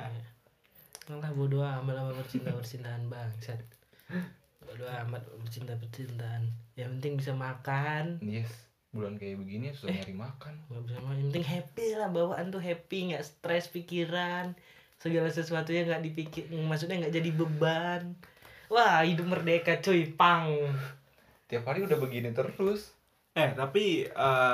Alah bodo amat sama percintaan bangsat. Bodo amat percintaan. Yang penting bisa makan. Yes. Bulan kayak begini susah nyari makan. Gak bisa makan. Yang penting happy lah, bawaan tuh happy, nggak stres pikiran. Segala sesuatunya nggak dipikir, maksudnya nggak jadi beban. Wah hidup merdeka cuy, pang. Tiap hari udah begini terus. Tapi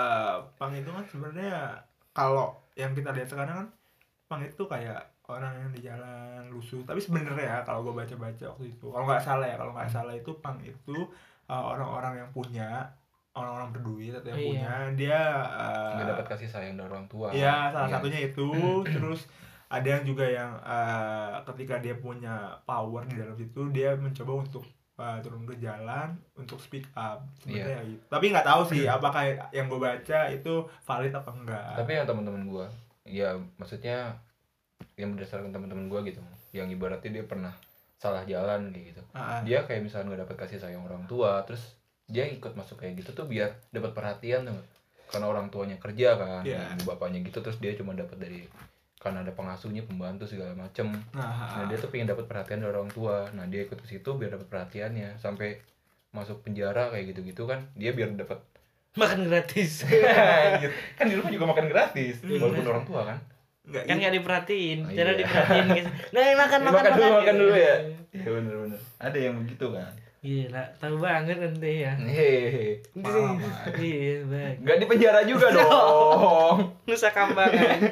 pang itu kan sebenarnya kalau yang kita lihat sekarang kan pang itu kayak orang yang di jalan lusuh. Tapi sebenarnya kalau gue baca-baca waktu itu, kalau nggak salah itu pang itu orang-orang yang punya, orang-orang berduit atau yang punya, dia nggak dapat kasih sayang dari orang tua. Iya, salah satunya itu. Terus ada yang juga yang ketika dia punya power di dalam situ, dia mencoba untuk turun ke jalan untuk speak up sebenarnya gitu. Tapi nggak tahu sih apakah yang gue baca itu valid apa enggak. Tapi yang teman-teman gue, ya maksudnya yang berdasarkan teman-teman gue gitu, yang ibaratnya dia pernah salah jalan kayak gitu. Dia kayak misalnya nggak dapat kasih sayang orang tua, terus dia ikut masuk kayak gitu tuh biar dapat perhatian tuh, karena orang tuanya kerja kan, ibu bapaknya gitu, terus dia cuma dapat dari kan ada pengasuhnya, pembantu segala macem. Nah dia tuh pengen dapat perhatian dari orang tua. Nah dia ikut ke situ biar dapat perhatiannya, sampai masuk penjara kayak gitu-gitu kan, dia biar dapat makan gratis. Kan di rumah juga makan gratis walaupun orang tua kan nggak diperhatiin, cara diperhatiin gitu. Nah makan dulu ya. Iya bener ada yang begitu kan. Gila, tahu banget nanti ya. Hehehe. Iya, baik. Gak di penjara juga dong. Nusa Kambangan.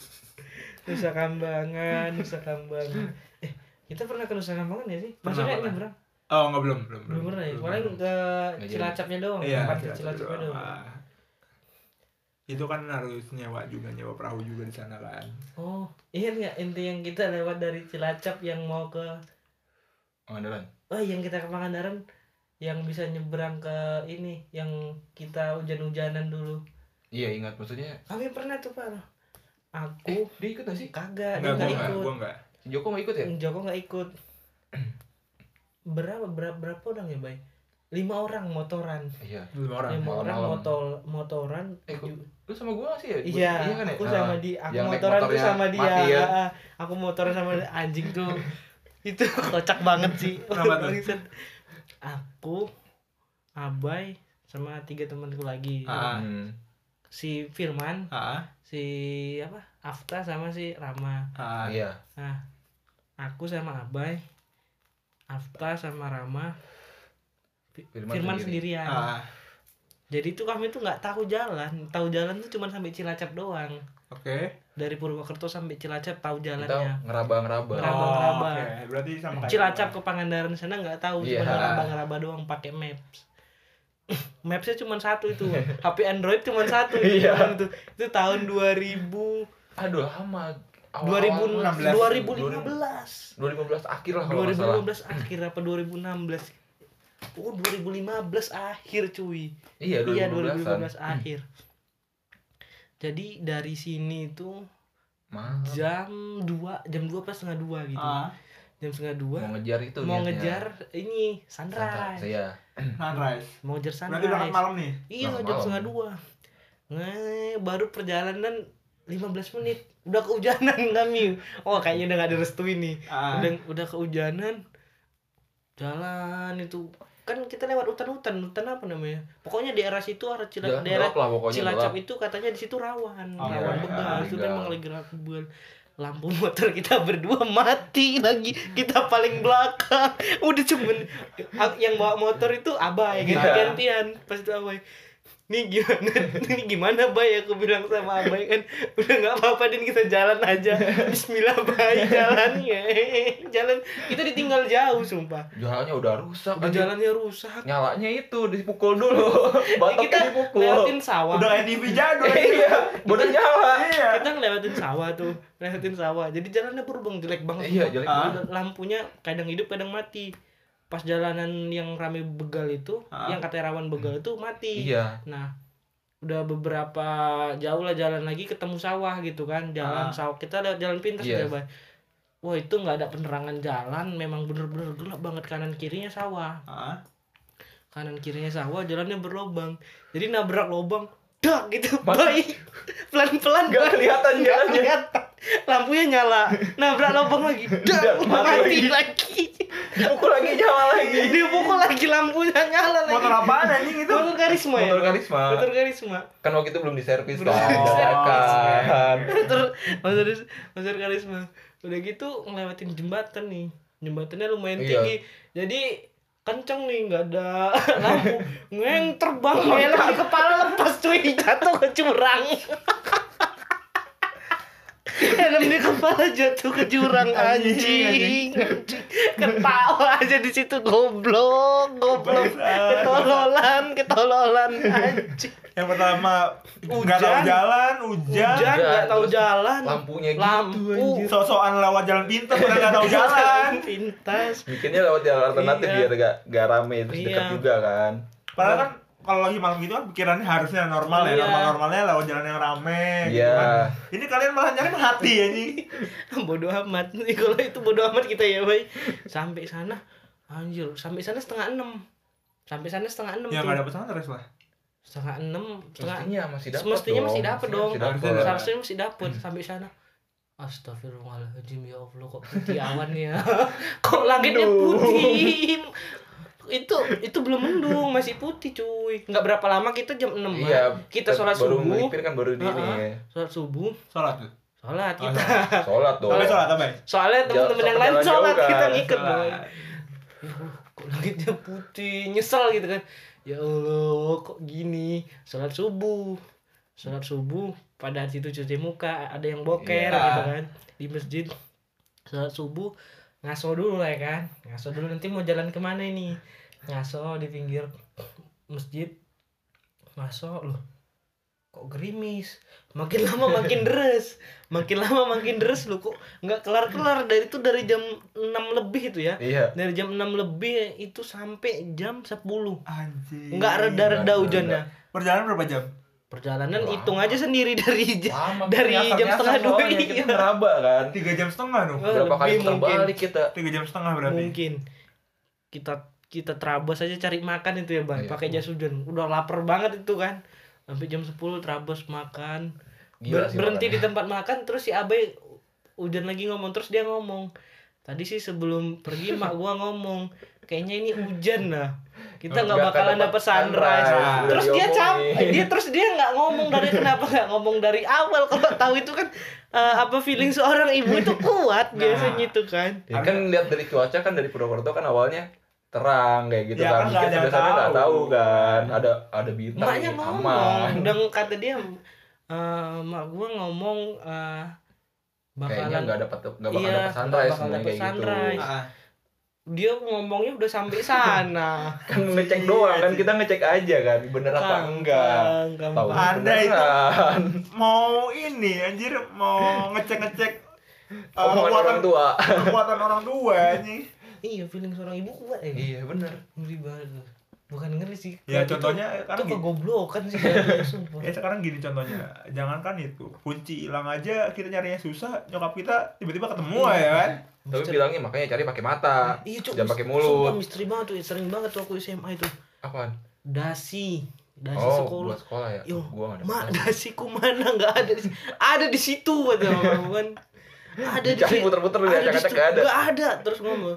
Kita pernah ke Nusa Kambangan ya sih? Maksudnya nyebrang? Oh, enggak belum. Belum pernah ya? Paling ke Cilacapnya doang. Iya, Cilacapnya doang. Itu kan harus nyewa perahu juga di sana kan. Oh, iya nggak inti yang kita lewat dari Cilacap yang mau ke Pangandaran. Oh, yang kita ke Pangandaran yang bisa nyebrang ke ini yang kita hujan-hujanan dulu. Iya, ingat maksudnya. Kami pernah tuh, Pak. Aku dia ikut gak sih? Kagak, dia enggak ikut. Gua enggak. Joko enggak ikut ya? Joko enggak ikut. Berapa orang ya, Bay? 5 orang motoran. Iya. 5 orang. 5 orang motoran. Lu sama gua sih ya? Iya kan ya? Aku sama dia. Aku motoran tuh sama dia. Ya? Aku motoran sama anjing tuh. Itu kocak banget sih. Aku, Abai, sama 3 temanku lagi. Si Firman, si Afta sama si Rama. Iya. Nah, aku sama Abai, Afta sama Rama, Firman sendirian. Jadi tuh kami tuh nggak tahu jalan tuh cuma sampai Cilacap doang. Oke. Dari Purwokerto sampai Cilacap tahu jalannya. Kita ngeraba-ngeraba. Oke. Berarti sama kayak Cilacap ke Pangandaran sana nggak tahu, cuma ngeraba-ngeraba doang pakai maps. Mapsnya cuma satu itu. HP Android cuma satu. Itu tahun 2000. Aduh, lama. 2015 akhir lah kalau 2015 akhir apa 2016. Oh, 2015 akhir cuy. Iya 2015 akhir. Jadi dari sini tuh jam 2 pas setengah 2 gitu. Jam setengah 2 mau ngejar itu mau ngejar ini sunrise. Iya. Sunrise. Mau ngejar sunrise. Berarti berangkat malam nih? Iya, jam setengah 2. Baru perjalanan 15 menit udah kehujanan kami. Oh, kayaknya udah gak direstuin nih. Udah kehujanan. Jalan itu kan kita lewat hutan apa namanya? Pokoknya di arah situ daerah Cilacap itu katanya di situ rawan begal. Itu memang lagi begal. Lampu motor kita berdua mati lagi, kita paling belakang. Udah cuman yang bawa motor itu Abai gantian pas itu Abai. Ini gimana Bay, aku bilang sama Abai kan, udah nggak apa-apa Din, kita jalan aja. Bismillah Bay, jalannya jalan kita ditinggal jauh sumpah. Jalannya udah rusak. Jalannya rusak. Nyalanya itu dipukul dulu. Batuknya dipukul. Lewatin sawah. Udah kayak TV jadul. Iya, udah nyala. Kita ngelewatin sawah. Jadi jalannya berubah jelek banget. Iya, jelek banget. Lampunya kadang hidup kadang mati. Pas jalanan yang rame begal itu, yang katanya rawan begal itu mati. Iya. Nah, udah beberapa jauh lah jalan lagi ketemu sawah gitu kan, jalan sawah, kita lewat jalan pintas ya Bay. Wah, itu nggak ada penerangan jalan, memang bener-bener gelap banget, kanan kirinya sawah. Kanan kirinya sawah, jalannya berlobang. Jadi nabrak lobang, dak gitu, Bay. Pelan-pelan nggak kelihatan jalannya. Lampunya nyala, nabrak lobang lagi, dak mati lagi. Dipukul lagi nyala lagi. Lampunya nyala lagi. Motor apaan anjing itu? Motor karisma. Motor karisma. Kan waktu itu belum diservis kan. Motor karisma. Udah gitu ngelewatin jembatan nih. Jembatannya lumayan tinggi. Jadi kenceng nih, nggak ada lampu. Terbang helm di kepala lepas cuy, jatuh ke jurang. Helm di kepala jatuh ke jurang, anjing. Ketawa aja di situ, goblok. Ketololan anjing. Yang pertama nggak tahu jalan, hujan nggak tahu jalan, lampunya gitu. Sosokan lewat jalan pintas udah nggak tahu jalan. Pintas. Bikinnya lewat jalan alternatif biar gak rame, terus dekat juga kan. Padahal kan kalau lagi malam gitu kan pikirannya harusnya normal ya, normalnya lewat jalan yang rame gitu kan. Ini kalian malah nyari hati anjing. Bodoh amat. Kalau itu bodoh amat kita ya, Bay. Sampai sana anjir, sampai sana 5:30. Ya enggak dapat sunrise lah. 5:30. Mestinya masih dapat dong. Harusnya masih dapat. Sampai sana Astagfirullahaladzim, ya Allah, kok putih awannya. Kok langitnya putih. Itu belum mendung, masih putih cuy. Nggak berapa lama, kita jam 6. Iya, kita sholat baru subuh. melipir kan baru di ini ya. Sholat subuh. Sholat tuh. Sholat kita. Sholat dong. Sholat apa? Soalnya temen-temen yang lain sholat, kan. kita ngikut boy. Ya Allah, kok langitnya putih, nyesel gitu kan. Ya Allah, kok gini. Sholat subuh pada situ cuci muka, ada yang boker gitu kan di masjid. Sholat subuh ngaso dulu lah ya kan, ngaso dulu, nanti mau jalan kemana ini, ngaso di pinggir masjid, ngaso loh kok gerimis, makin lama makin deres loh, kok nggak kelar dari jam 6 lebih itu ya. Iya. Dari jam 6 lebih itu sampai jam 10. Anjir. Nggak reda hujannya. Perjalanan berapa jam? Perjalanan hitung aja sendiri dari jam setengah 2 kita meraba kan. 3 jam setengah dong. Berapa kali terbalik kita? 3 jam setengah berarti. Mungkin kita terabas aja cari makan itu ya bang, Iya. pakai jas hujan, udah lapar banget itu kan, sampai jam 10 terabas makan. Berhenti di tempat makan, terus si Abai hujan lagi ngomong, terus dia ngomong, tadi sih sebelum pergi mak gua ngomong kayaknya ini hujan lah, kita nggak bakalan dapet sunrise. Terus dia capek, dia nggak ngomong dari kenapa nggak ngomong dari awal, kalau tahu itu kan feeling seorang ibu itu kuat biasanya itu kan. Ya kan lihat dari cuaca kan, dari Purwokerto kan awalnya terang kayak gitu ya, kan. Kita biasanya nggak tahu kan, ada bintang. Maknya ngomong, dan kata dia mak gua ngomong bakalan nggak bakal dapet sunrise, kayak sunrise. Gitu. Dia ngomongnya udah sampai sana. Kan ngecek doang kan, kita ngecek aja kan bener apa enggak. Tahu Anda itu mau ini anjir, mau ngecek kekuatan orang tua anjing. Iya, feeling seorang ibu kuat ya. Iya bener. Ngeri banget. Bukan ngeri sih. Ya contohnya itu kegoblokan sih sumpah. Ya sekarang gini contohnya, jangankan itu, kunci hilang aja kita nyarinya susah, nyokap kita tiba-tiba ketemu ya kan. Tapi bilangnya makanya cari pakai mata, jangan pakai mulut. Sumpah misteri banget tuh, sering banget tuh aku SMA itu. Apaan? Dasi sekolah. Buat sekolah ya? Yo, gua enggak ada. Mak, dasiku mana enggak ada di ada di situ kata mama kan. Ada di cari puter-puter di acak-acak enggak ada. Enggak ada, terus ngomong.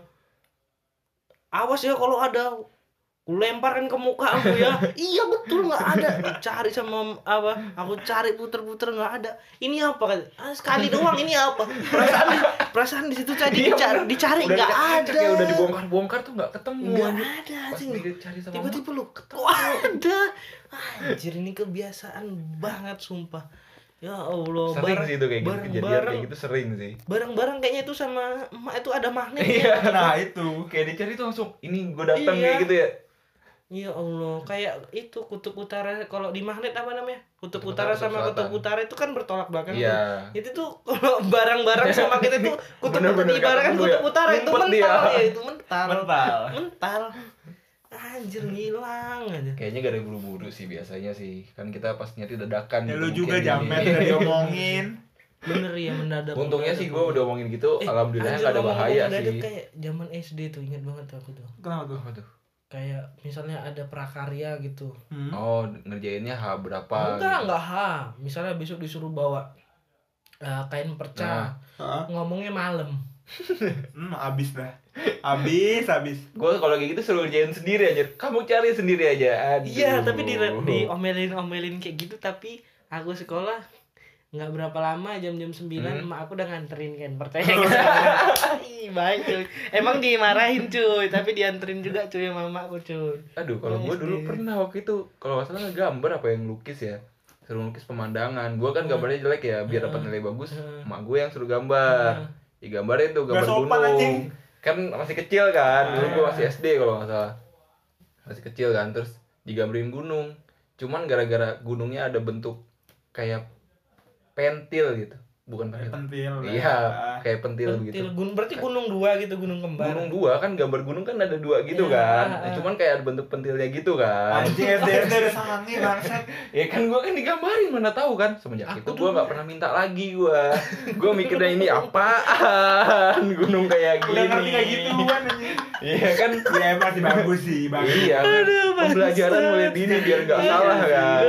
Awas ya kalau ada, ku lemparkan ke muka aku ya. Iya betul nggak ada. Dicari sama aku cari puter-puter nggak ada. Ini apa kan? Sekali doang, ini apa? Perasaan di situ tadi dicari nggak ada. Ya udah dibongkar-bongkar tuh nggak ketemu. Nggak ada sih. Tiba-tiba lu ketemu ada. Anjir, ini kebiasaan banget sumpah. Ya Allah, sering sih itu kayak gitu, kejadian kayak gitu sering sih. Barang-barang kayaknya itu sama emak itu ada magnet. Iya, nah itu kayak dicari tuh langsung ini gue datang kayak gitu ya. Ya Allah, kayak itu kutub utara, kalau di magnet apa namanya? Kutub utara sama kutub utara itu kan bertolak belakang. Iya. Itu tuh kalau barang-barang sama kita tuh kutub utara kan kutub utara itu mental ya, itu mental. Anjir, ngilang aja. Kayaknya gak ada buru-buru sih biasanya sih. Kan kita pas nyari dadakan. Ya lu juga jamet udah diomongin. Bener ya, mendadak. Untungnya sih gue udah omongin gitu, alhamdulillah gak ada bahaya sih. Kayak zaman SD tuh, ingat banget tuh aku tuh. Kenapa tuh? Kayak misalnya ada prakarya gitu. Oh, ngerjainnya H berapa? Enggak H. Misalnya besok disuruh bawa kain perca. Ngomongnya malam. Abis dah. Abis. Gue kalau kayak gitu suruh ngerjain sendiri aja. Kamu cari sendiri aja. Aduh. Iya, tapi diomelin kayak gitu, tapi aku sekolah nggak berapa lama, jam-jam 9 emak aku udah nganterin kan percaya. Ih, baik cuy. Emang dimarahin cuy, tapi dianterin juga cuy sama emakku cuy. Aduh, kalau gue dulu pernah waktu itu, kalau nggak salah gambar apa yang lukis ya, suruh lukis pemandangan. Gue kan gambarnya jelek ya, biar dapat nilai bagus. Emak gue yang suruh gambar. Digambarin tuh gambar gunung. Kan masih kecil kan, dulu gue masih SD kalau nggak salah. Masih kecil kan, terus digambarin gunung. Cuman gara-gara gunungnya ada bentuk kayak pentil gitu, bukan pentil. Iya, kayak pentil gitu. Berarti gunung 2 gitu, gunung kembar. Gunung 2 kan, gambar gunung kan ada 2 gitu kan. Cuman kayak ada bentuk pentilnya gitu kan. Anjing, SD udah sangi bangsat. Ya kan gua kan digambarin, mana tahu kan. Semenjak itu gua enggak pernah minta lagi gua. Gua mikirnya ini apaan? Gunung kayak gini. Udah ngerti kayak gituan anjing. Iya kan, ya masih bagus sih, bagus. Iya, pembelajaran mulai dini biar enggak salah kan. Iya,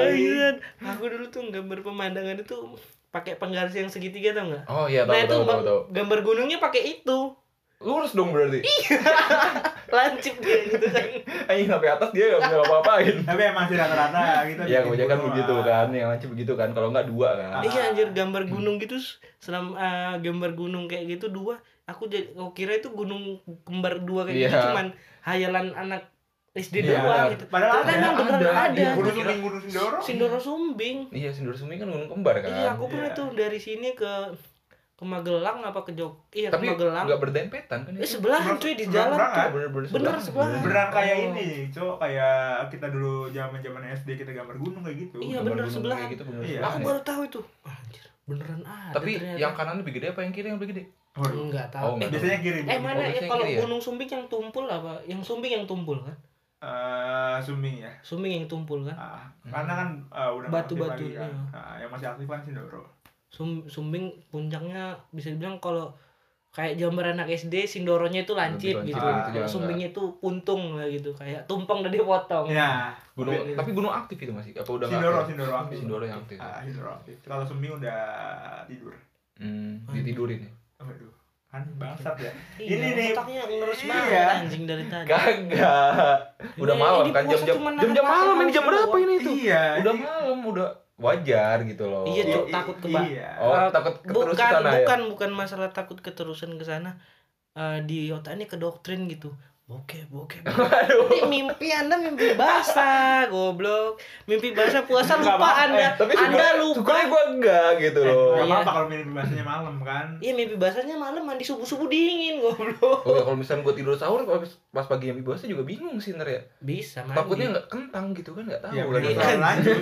Bukan, aku dulu tuh gambar pemandangan itu pakai penggaris yang segitiga tau nggak? Oh iya, Nah itu tahu. gambar gunungnya pakai itu. Lurus dong berarti. Lancip kayak gitu kan. Anjing sampai atas dia enggak bisa apa-apain. Tapi emang sih rata-rata gitu. Iya, kebanyakan begitu kan, yang lancip begitu kan. Kalau enggak 2 kan. Iya anjir, gambar gunung gitu selama gambar gunung kayak gitu 2, aku kira itu gunung kembar 2 kayak gitu cuman hayalan anak SD doang gitu. Padahal emang beneran ada. Gunung Sindoro Sumbing. Iya, Sindoro Sumbing kan gunung kembar kan. Iya, aku pernah tuh dari sini ke Magelang apa ke Jogja? Iya, tapi ke Magelang. enggak berdempetan kan itu. Sebelahan cuy di jalan tuh. Bener sebelahan. Beneran kayak ini, Cok, kayak kita dulu zaman-zaman SD kita gambar gunung kayak gitu. Iya, bener sebelahan. Gitu, iya. Aku baru tahu itu. Anjir, beneran ada. Tapi ternyata. yang kanan lebih gede apa yang kiri yang lebih gede? Enggak tahu. Biasanya kiri. Mana ya kalau kiri, Gunung Sumbing yang tumpul apa? Yang Sumbing yang tumpul kan? Sumbing ya. Sumbing yang tumpul kan? Karena kan udah batu-batu kan. Yang masih aktif kan Sindoro. Sumbing puncaknya bisa dibilang kalau kayak gambar anak SD Sindoronya itu lancip gitu. Kalau Sumbingnya itu puntung lah gitu, kayak tumpeng udah dipotong. Iya. Gunung, tapi gunung aktif itu masih apa udah Sindoro aktif? Sindoro yang aktif. Sindoro aktif. Kalau Sumbing udah tidur. Ditidurin ya. Aduh. Kan bangsat ya. Ini nih otaknya ngerus banget anjing dari tadi. Kagak. Udah malam kan jam-jam malam ini jam berapa ini itu? Iya. Udah malam, udah wajar gitu loh. Iya, Cuk, takut takut keterusan ke sana ya. Bukan masalah takut keterusan ke sana. Di otak ini kedoktrin gitu. Bokep. Nanti mimpi Anda mimpi basah, goblok. Mimpi basah puasa lupa Anda. Tapi Anda lupa. Syukurnya gue enggak gitu loh. Enggak apa-apa kalau mimpi basahnya malam kan. Iya, mimpi basahnya malam, mandi subuh-subuh dingin, goblok. Oh ya, kalau misalnya gue tidur sahur pas pagi mimpi basah juga bingung sih ntar ya. Bisa mandi. Takutnya enggak kentang gitu kan, enggak tahu ya, kan. Lanjut.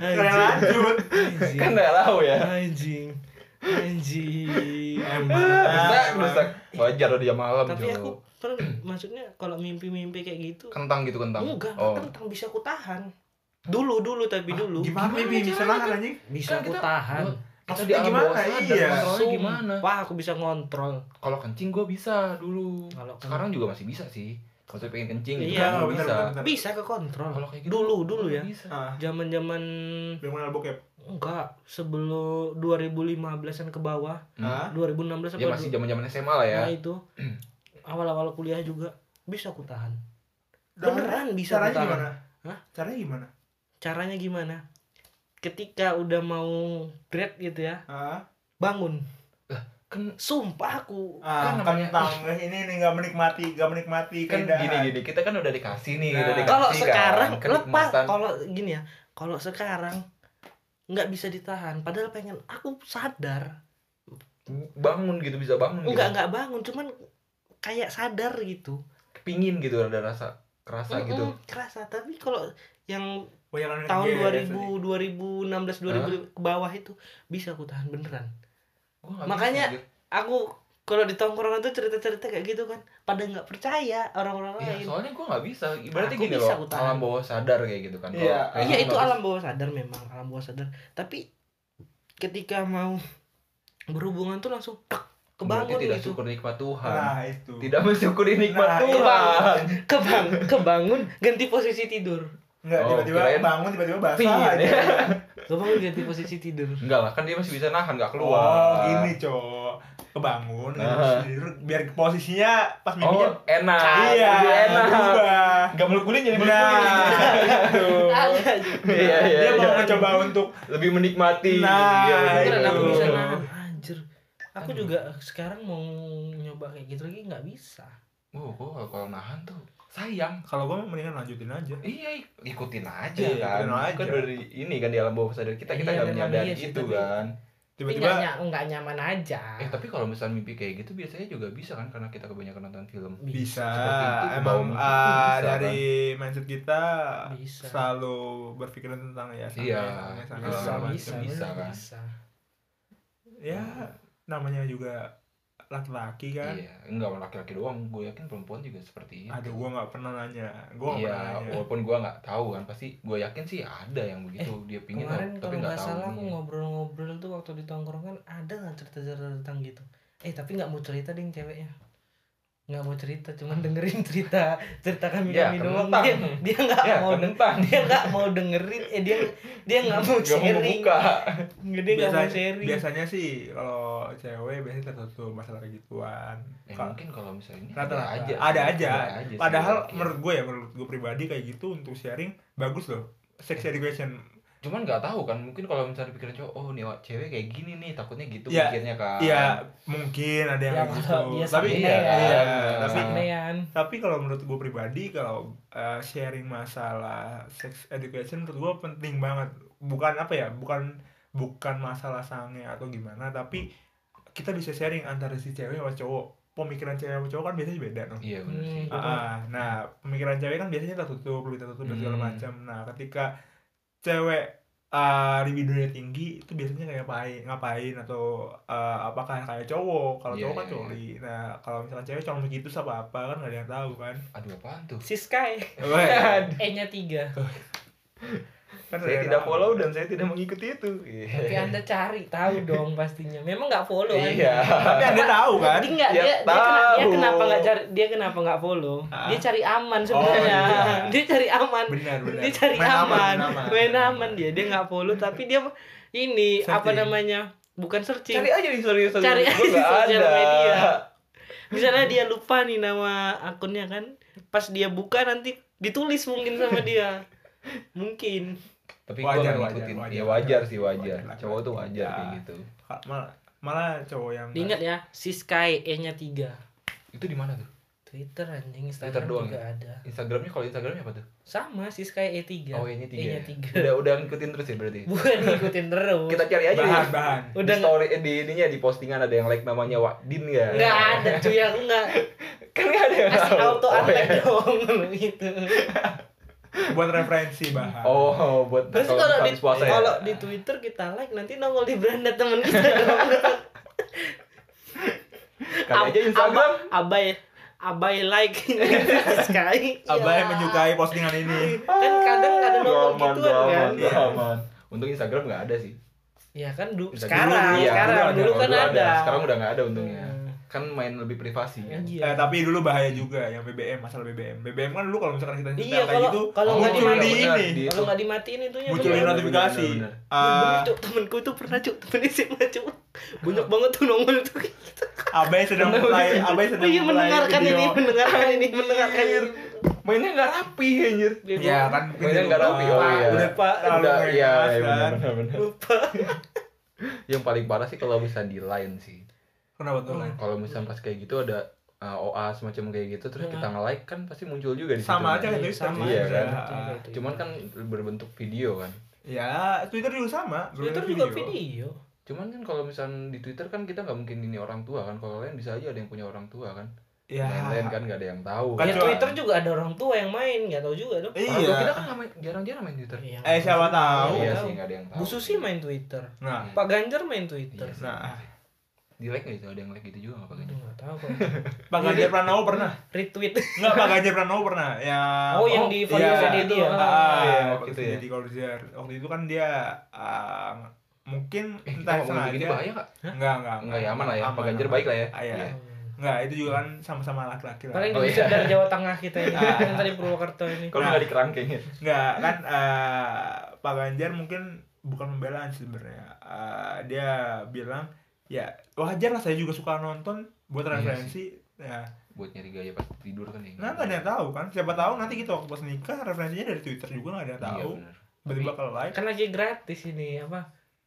Kan enggak tahu ya. Anjing. Bisa wajar udah jam malam. Tapi aku maksudnya kalau mimpi-mimpi kayak gitu kentang. Enggak kentang, bisa aku tahan. Dulu. Gimana mimpi bisa nahan anjing? Bisa aku tahan. Maksudnya gimana? Iya. Gimana? Wah, aku bisa ngontrol. Kalau kencing gue bisa dulu. Sekarang juga masih bisa sih. Kalau saya pengen kencing gitu kan bisa. Bisa ke kontrol. Kalau kayak gitu dulu ya. Zaman-zaman mengenal bokep. Enggak, sebelum 2015-an ke bawah. 2016 apa? Ya masih zaman-zaman SMA lah ya. Nah, itu. Awal-awal kuliah juga bisa aku tahan. Beneran bisa aku tahan. Gimana? Hah? Caranya gimana? Ketika udah mau dread gitu ya. Bangun. Sumpah aku kentang ini nggak menikmati kan gini kita kan udah dikasih nih kalau sekarang lepas kalau gini ya kalau sekarang nggak bisa ditahan padahal pengen aku sadar bangun gitu bisa bangun nggak bangun cuman kayak sadar gitu kepingin gitu ada rasa kerasa gitu kerasa tapi kalau yang tahun tahun 2016 2000 ke bawah itu bisa aku tahan beneran. Makanya aku kalau di tongkrongan tuh cerita-cerita kayak gitu kan pada nggak percaya orang-orang lain. Soalnya gue nggak bisa. Berarti gini loh, alam bawah sadar kayak gitu kan. Iya itu alam bawah sadar memang alam bawah sadar. Tapi ketika mau berhubungan tuh langsung kebangun tidak gitu. Syukur nikmat Tuhan. Nah, itu. Tidak mensyukuri nikmat Tuhan. Kebangun ganti posisi tidur. Enggak, tiba-tiba bangun tiba-tiba basah aja. Kebangun ganti posisi tidur. Enggak lah, kan dia masih bisa nahan, enggak keluar. Oh, gini, Cok. Kebangun, tidur biar posisinya pas mimpinya enak. Iya, enak. Enggak meluk-meluk jadi meluk-meluk. Gitu. Iya. Dia mau mencoba untuk lebih menikmati. Nah, aku bisa nahan. Anjir. Aku juga sekarang mau nyoba kayak gitu lagi nggak bisa. Kalau nahan tuh sayang. Kalau gue mendingan lanjutin aja. Iya, ikutin aja kan. Kan dari ini kan di alam bawah sadar kita nggak menyadari itu kan. Tiba-tiba nggak nyaman aja. Tapi kalau misalnya mimpi kayak gitu biasanya juga bisa kan karena kita kebanyakan nonton film. Bisa. Seperti itu, emang bisa, dari kan? Mindset kita bisa. Selalu berpikiran tentang ya. Bisa kan. Ya namanya juga laki-laki kan. Iya, enggak laki-laki doang, gue yakin perempuan juga seperti itu. Aduh, gue nggak pernah nanya. Walaupun gue nggak tahu kan, pasti gue yakin sih ada yang begitu dia pingin tapi nggak tahu. Salah aku ngobrol-ngobrol tuh waktu di tongkrongan ada nggak cerita-cerita tentang gitu. Tapi nggak mau cerita ding ceweknya. nggak mau cerita, cuman dengerin cerita kami Ya, doang. kentang. Dia nggak Ya, mau kentang. dia nggak mau dengerin, dia nggak mau Nggak mau sharing. membuka. Dia nggak mau sharing. Biasanya sih kalau cewek biasanya tertutup masalah kayak gituan. Mungkin kalau misalnya ini Rata-rata ada aja. sih, Padahal mungkin. menurut gue pribadi kayak gitu untuk sharing bagus loh. Sex education. Cuman nggak tahu kan, mungkin kalau misalnya pikiran cowok, oh nih cewek kayak gini nih, takutnya gitu Ya, mikirnya kan. Iya, mungkin ada yang Ya, kayak gitu. kalau dia Tapi santai ya. tapi kalau menurut gue pribadi kalau sharing masalah sex education menurut gue penting banget. Bukan apa ya? Bukan masalah sange atau gimana, tapi kita bisa sharing antara si cewek sama cowok. Pemikiran cewek sama cowok kan biasanya beda, no? Iya benar sih. Nah, pemikiran cewek kan biasanya tertutup dan segala macam. Nah, ketika cewek libidonya tinggi itu biasanya kayak ngapain atau apakah kayak cowok? Kalau cowok kan coli. Nah, kalau misalkan cewek cuma begitu apa kan nggak ada yang tahu kan. Aduh, apaan tuh? Siskai. E-nya 3. Kan Saya tidak follow dan saya tidak mengikuti itu. Tapi Anda cari, tahu dong pastinya. Memang nggak follow Iya. Tapi Anda tahu kan? Jadi nggak, Ya, dia kenapa nggak follow? Dia cari aman sebenarnya. iya. Dia cari aman. Benar. Dia cari main aman dia nggak follow, tapi dia ini searching. apa namanya? Bukan searching. Cari aja di story. Cari aja di Gua nggak sosial ada. media. Misalnya dia lupa nih nama akunnya kan, pas dia buka nanti ditulis mungkin sama dia. Mungkin. Tapi gue nggak ngikutin. Ya wajar sih. Cowok tuh wajar Ya. kayak gitu. Malah cowok yang Ingat ya, Siskai E-nya 3. Itu di mana tuh? Twitter anjing, Twitter Instagram doang juga ya? ada. Instagramnya, kalau Instagramnya apa tuh? Sama Siskai E3. Oh, E-nya 3. E-nya 3. Udah ngikutin terus ya berarti. Bukan ngikutin terus. Kita cari aja bahan. Udah di story di ininya, di postingan ada yang like namanya Wadin ya. nggak ada cuy, aku nggak. Kan nggak ada yang Asik tahu. auto unlike dong gitu. Buat referensi bahan. Oh, buat Terus kalau di habis puasa ya. kalau di Twitter kita like nanti nongol di beranda teman kita. Kali aja Instagram. Abai like Sky. Abah menyukai postingan ini. Kan kadang ada nongol gituan kan. Aman. Untuk Instagram nggak ada sih. Ya kan Instagram sekarang dulu kan ada. Sekarang udah nggak ada untungnya. Kan main lebih privasi. Iya. Tapi dulu bahaya juga yang BBM, masalah BBM. BBM kan dulu kalau misalkan kita Iya, kayak gitu, kalau nggak muncul di dimatiin, ini, kalau nggak dimatiin itunya muncul di bener. notifikasi. Bener. Bener, Cuk. Temenku tuh pernah temen SMA Cuk. Banyak banget tuh nongol tuh. Abai sedang mulai Iya, mendengarkan video. ini. Mainnya nggak rapi anjir. Ya kan Mainnya nggak rapi. Oh iya. Lupa. Udah, iya, kan. benar. Lupa. Yang paling parah sih kalau bisa di line sih. Kenapa tuh? Lan? Kalau misalnya pas kayak gitu ada OA semacam kayak gitu, terus kita nge-like kan pasti muncul juga di situ. Sama aja kan? kayak Sama Iya Twitter. kan. Cuman kan berbentuk video kan. Ya, Twitter juga sama. Twitter juga video. Cuman kan kalau misalnya di Twitter kan kita nggak mungkin ini orang tua kan. Kalau lain bisa aja ada yang punya orang tua kan. Ya. Lain kan nggak ada yang tahu. Kan Ya cuma- Twitter juga ada orang tua yang main, nggak tahu juga dong. Orang tua Iya. kita kan nggak main, jarang-jarang main Twitter. Iya, Siapa tahu. Iya tahu. sih, nggak ada yang tahu. Bu Susi main Twitter. Nah, Pak Ganjar main Twitter. Iya sih. nah, Di like nggak itu, ada yang like gitu juga nggak pakai. Aduh, nggak tahu kok. Pak Ganjar Pranowo pernah? Retweet. Enggak, Pak Ganjar Pranowo pernah. Ya. Oh, yang di Value iya. Fede dia. Iya, waktu Waktu itu ya. Deddy Corbuzier. Waktu itu kan dia mungkin Kita entah ngomongin begini sengaja. bahaya nggak? Enggak Ya aman lah ya, Pak Ganjar baik lah ya. Iya. Iya. Enggak, itu juga kan sama-sama laki-laki lah. Paling Oh, diusir iya. dari Jawa Tengah kita ini. Yang tadi Purwokerto ini. Kalau nggak di kerangkeng ya. Enggak, kan Pak Ganjar mungkin bukan pembelaan sebenarnya. Dia bilang, ya wajar lah, saya juga suka nonton buat Iya referensi. Ya. Buat nyari gaya pas tidur kan ya. Nah, nggak ada yang tahu kan. Siapa tahu nanti kita waktu pas nikah referensinya dari Twitter juga nggak ada yang tahu. Iya benar. Tiba-tiba kalau like. Kan lagi gratis ini apa?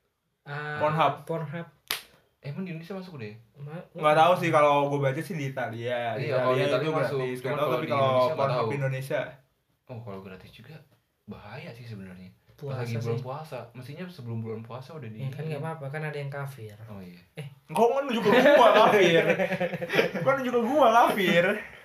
Pornhub. Emang di Indonesia masuk deh. Nggak tahu sih, kalau gue baca sih di Italia. Iya, kalau di Italia itu masuk. gratis. Cuman Nggak tahu, kalau tapi di kalau Indonesia nggak Pornhub tahu. Indonesia, Oh, kalau gratis juga bahaya sih sebenarnya. Pas Puasa lagi sih. bulan puasa, mestinya sebelum bulan puasa udah di. Ya kan nggak apa-apa, kan ada yang kafir. Oh iya. kau kan nunjuk ke gua kafir. Kau nunjuk ke gua kafir.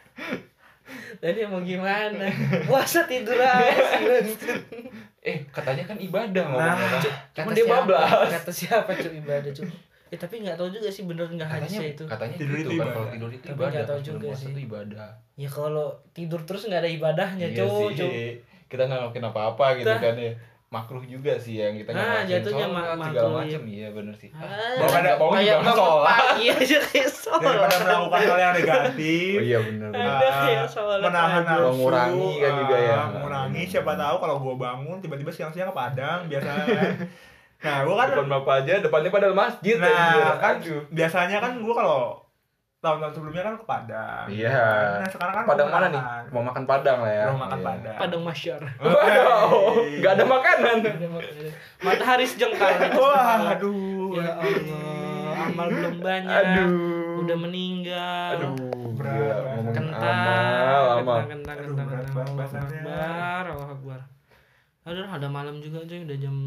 Tadi mau gimana? Puasa tidur aja sih. Katanya kan ibadah Nah, ngomongnya kan. Kata Cuma dia siapa? bablas. Kata siapa cuy ibadah cuy? Tapi nggak tahu juga sih bener nggak hadisnya itu. Katanya Tidur gitu itu kan, ibadah. kalau tidur itu Tapi ibadah. nggak tahu pas bulan juga puasa sih. itu ibadah. Ya kalau tidur terus nggak ada ibadahnya Iya cuy. sih. Kita nggak ngelakuin apa-apa gitu Kita- kan ya. makruh juga sih yang kita jatuhnya segala macam. Iya benar sih. Daripada kayak sholat. Iya kayak sholat. Daripada melakukan hal yang negatif. Oh iya benar. Menahan nafsu, mengurangi kan juga ya. Mengurangi, siapa tahu kalau gue bangun tiba-tiba siang-siang ke Padang biasanya. Nah, gue kan depan bapak aja, depannya padahal masjid. Nah, kan biasanya kan gue kalau tahun-tahun sebelumnya kan ke Padang. Iya. Nah, sekarang kan Padang mana nih? Mau makan Padang lah ya. Mau makan Padang. Padang masyar. Waduh, enggak ada makanan. Matahari sejengkal. Wah, aduh. Ya Allah, amal belum banyak. Aduh. Udah meninggal. Aduh, berat. Amal. Kentang. Allah Akbar. Aduh, ada malam juga cuy, udah jam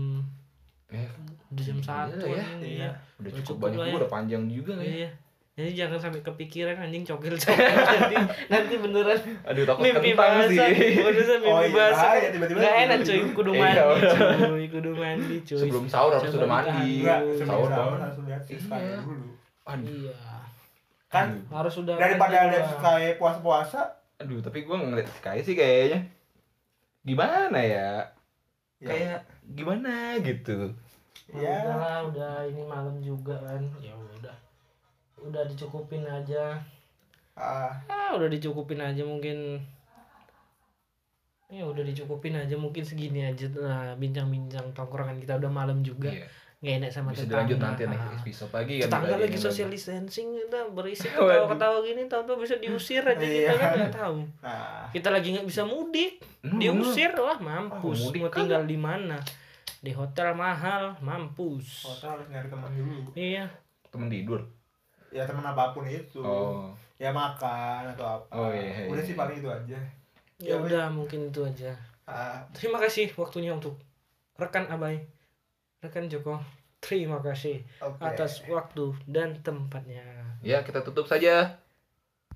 1 ya. Iya. Udah cukup banyak juga, udah panjang juga ya. Iya. Jadi jangan sampai kepikiran anjing cokil nanti beneran aduh takut mimpi kentang sih. Beneran mimpi basah. Tiba-tiba enggak enak cuy, kudu mandi cuy. Sebelum sahur harus sudah mandi. Sahur harus lihat sekali dulu. Iya. Kan harus sudah daripada lihat kayak puasa-puasa. Aduh, tapi gua ngeliat Sky sih kayaknya gimana ya? Kayak gimana gitu. Ya udah ini malam juga kan. Ya udah dicukupin aja. Udah dicukupin aja mungkin. Ya udah dicukupin aja mungkin segini aja lah bincang-bincang tongkrongan kita, udah malam juga. Nggak enak sama bisa tetangga. Bisa dilanjut nanti next episode lagi kan. Tetangga lagi social distancing, kita berisik ketawa-ketawa gini, tahu-tahu bisa diusir aja kita kan nggak tahu. Kita lagi nggak bisa mudik, diusir, wah mampus. Mau tinggal di mana? Di hotel mahal, mampus. Hotel harus nyari teman dulu. Iya. Teman tidur. Ya teman apapun itu. Ya makan atau apa. Udah sih paling itu aja. Ya udah mungkin itu aja. Terima kasih waktunya untuk rekan Abai, rekan Joko. Terima kasih atas waktu dan tempatnya. Ya, kita tutup saja.